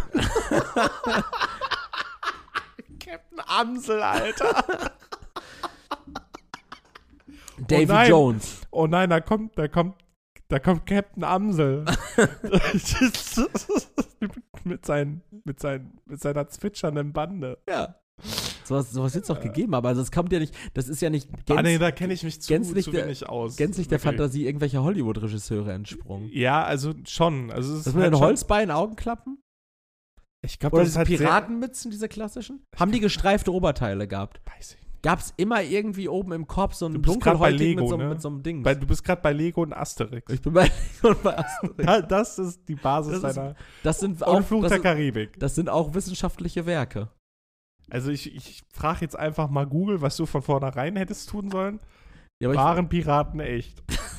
Captain Amsel, Alter. Davy nein. Jones. Oh nein, da kommt, da kommt, da kommt Captain Amsel. mit, seinen, mit, seinen, mit seiner zwitschernden Bande. Ja. Sowas, sowas wird es doch gegeben, aber also es kommt ja nicht, das ist ja nicht Ah, nee, gänz, da kenne ich mich zu, gänzlich zu der- wenig aus. gänzlich der Wirklich. Fantasie irgendwelcher Hollywood-Regisseure entsprungen. Ja, also schon. Also es ist Das mit halt den schon- Holzbeinen, Augenklappen? Ich glaube, Oder das ist diese halt sehr- Piratenmützen, diese klassischen? Haben die gestreifte Oberteile gehabt? Weiß ich nicht. Gab es immer irgendwie oben im Korb so einen Du bist grad bei dunkelhäutigen mit, Lego, so, ne? mit so einem Ding? Weil du bist gerade bei Lego und Asterix. Ich bin bei Lego und bei Asterix. Da, das ist die Basis Das ist- deiner. Das sind Und auch, Fluch das, der ist- Karibik. das sind auch wissenschaftliche Werke. Also ich, ich frage jetzt einfach mal Google, was du von vornherein hättest tun sollen. Ja, aber Waren Piraten echt?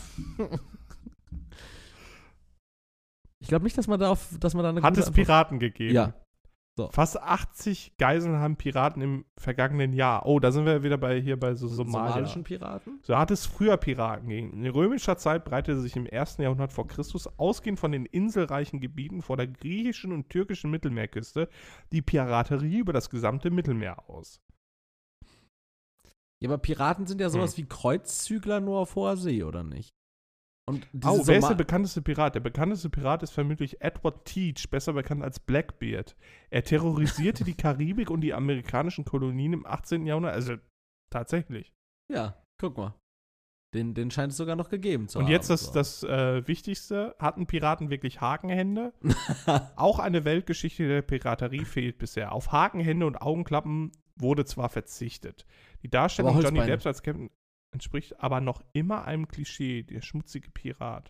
ich, ich glaube nicht, dass man da auf, dass man da eine Hat gute es Antwort- Piraten gegeben? Ja. Fast achtzig Geiseln haben Piraten im vergangenen Jahr. Oh, da sind wir wieder bei hier bei so Somalia. Somalischen Piraten? So hat es früher Piraten gegeben. In römischer Zeit breitete sich im ersten Jahrhundert vor Christus, ausgehend von den inselreichen Gebieten vor der griechischen und türkischen Mittelmeerküste, die Piraterie über das gesamte Mittelmeer aus. Ja, aber Piraten sind ja sowas Hm. wie Kreuzzügler nur auf hoher See, oder nicht? Und diese Oh, wer ist Soma- der bekannteste Pirat? Der bekannteste Pirat ist vermutlich Edward Teach, besser bekannt als Blackbeard. Er terrorisierte die Karibik und die amerikanischen Kolonien im achtzehnten Jahrhundert. Also tatsächlich. Ja, guck mal. Den, den scheint es sogar noch gegeben zu Und haben. jetzt das, so. das äh, Wichtigste: Hatten Piraten wirklich Hakenhände? Auch eine Weltgeschichte der Piraterie fehlt bisher. Auf Hakenhände und Augenklappen wurde zwar verzichtet. Die Darstellung Aber Johnny Holzbeine. Depps als Captain entspricht aber noch immer einem Klischee, der schmutzige Pirat.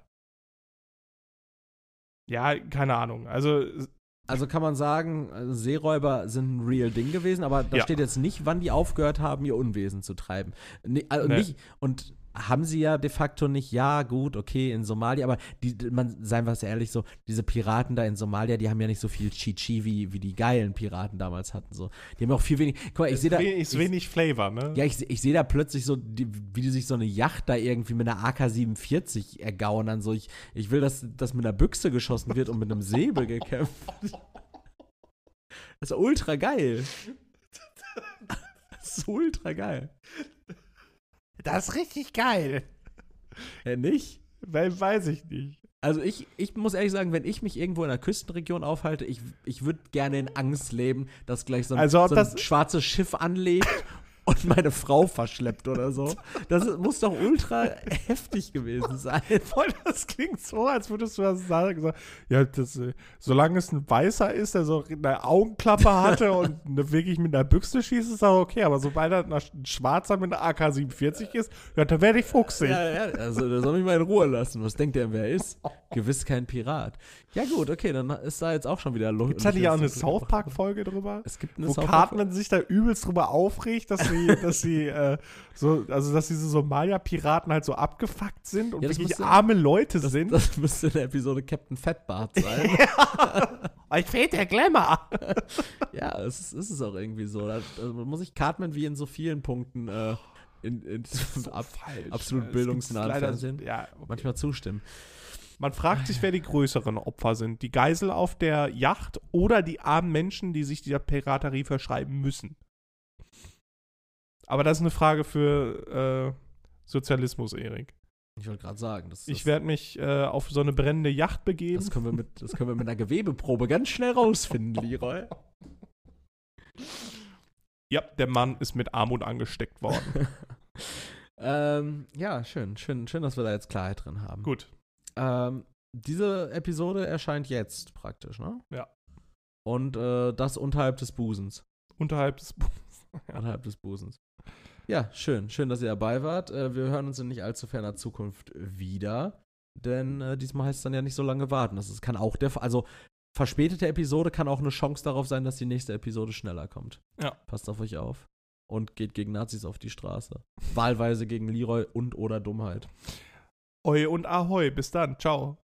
Ja, keine Ahnung. Also, Also kann man sagen, also Seeräuber sind ein real Ding gewesen, aber da Ja. steht jetzt nicht, wann die aufgehört haben, ihr Unwesen zu treiben. Nee, also Nee. nicht, und haben sie ja de facto nicht. Ja, gut, okay, in Somalia, aber die, man, seien wir es ehrlich, so, diese Piraten da in Somalia, die haben ja nicht so viel Chi-Chi, wie, wie die geilen Piraten damals hatten. So. Die haben auch viel wenig. Guck mal, ich sehe da. Ist ich, wenig Flavor, ne? Ja, ich, ich sehe da plötzlich so, die, wie die sich so eine Yacht da irgendwie mit einer A K siebenundvierzig ergaunern. So, ich, ich will, dass das mit einer Büchse geschossen wird und mit einem Säbel gekämpft. Das ist ultra geil. Das ist ultra geil. Das ist richtig geil. Ja, nicht? Weil, weiß ich nicht. Also ich, ich muss ehrlich sagen, wenn ich mich irgendwo in einer Küstenregion aufhalte, ich, ich würde gerne in Angst leben, dass gleich so ein, also, so ein das schwarzes Schiff anlegt und meine Frau verschleppt oder so. Das muss doch ultra heftig gewesen sein. Voll, das klingt so, als würdest du das sagen. Ja, das, äh, solange es ein Weißer ist, der so eine Augenklappe hatte und eine, wirklich mit einer Büchse schießt, ist das okay. Aber sobald er ein Schwarzer mit einer A K siebenundvierzig ist, ja, dann werde ich fuchsig. Ja, ja, also der soll mich mal in Ruhe lassen. Was denkt der, wer er ist? Gewiss kein Pirat. Ja gut, okay, dann ist da jetzt auch schon wieder Luft. Gibt es da nicht auch eine South Park-Folge drüber? Es gibt eine Wo South Cartman sich da übelst drüber aufregt, dass sie, dass sie, äh, so, also dass diese Somalia-Piraten halt so abgefuckt sind und Ja, das wirklich müsste- arme Leute Das, sind. das müsste in der Episode Captain Fatbart sein. Euch fehlt der Glamour. Ja, es ist, ist es auch irgendwie so. Da also muss ich Cartman wie in so vielen Punkten äh, in, in ab, falsch. absolut Es bildungsnahen gibt's leider- Fernsehen Ja, okay. manchmal zustimmen. Man fragt sich, wer die größeren Opfer sind. Die Geisel auf der Yacht oder die armen Menschen, die sich dieser Piraterie verschreiben müssen. Aber das ist eine Frage für äh, Sozialismus, Erik. Ich wollte gerade sagen, das, Ich das, werde mich äh, auf so eine brennende Yacht begeben. das, können wir mit, das können wir mit einer Gewebeprobe ganz schnell rausfinden, Leroy. Ja, der Mann ist mit Armut angesteckt worden. ähm, ja, schön, schön, schön, dass wir da jetzt Klarheit drin haben. Gut. Ähm, diese Episode erscheint jetzt praktisch, ne? Ja. Und äh, das unterhalb des Busens. Unterhalb des Buchs. Unterhalb des Busens. Ja, schön. Schön, dass ihr dabei wart. Äh, wir hören uns in nicht allzu ferner Zukunft wieder. Denn äh, diesmal heißt es dann ja nicht so lange warten. Das ist, kann auch der Fall. Also, verspätete Episode kann auch eine Chance darauf sein, dass die nächste Episode schneller kommt. Ja. Passt auf euch auf. Und geht gegen Nazis auf die Straße. Wahlweise gegen Leroy und oder Dummheit. Oi und Ahoi. Bis dann. Ciao.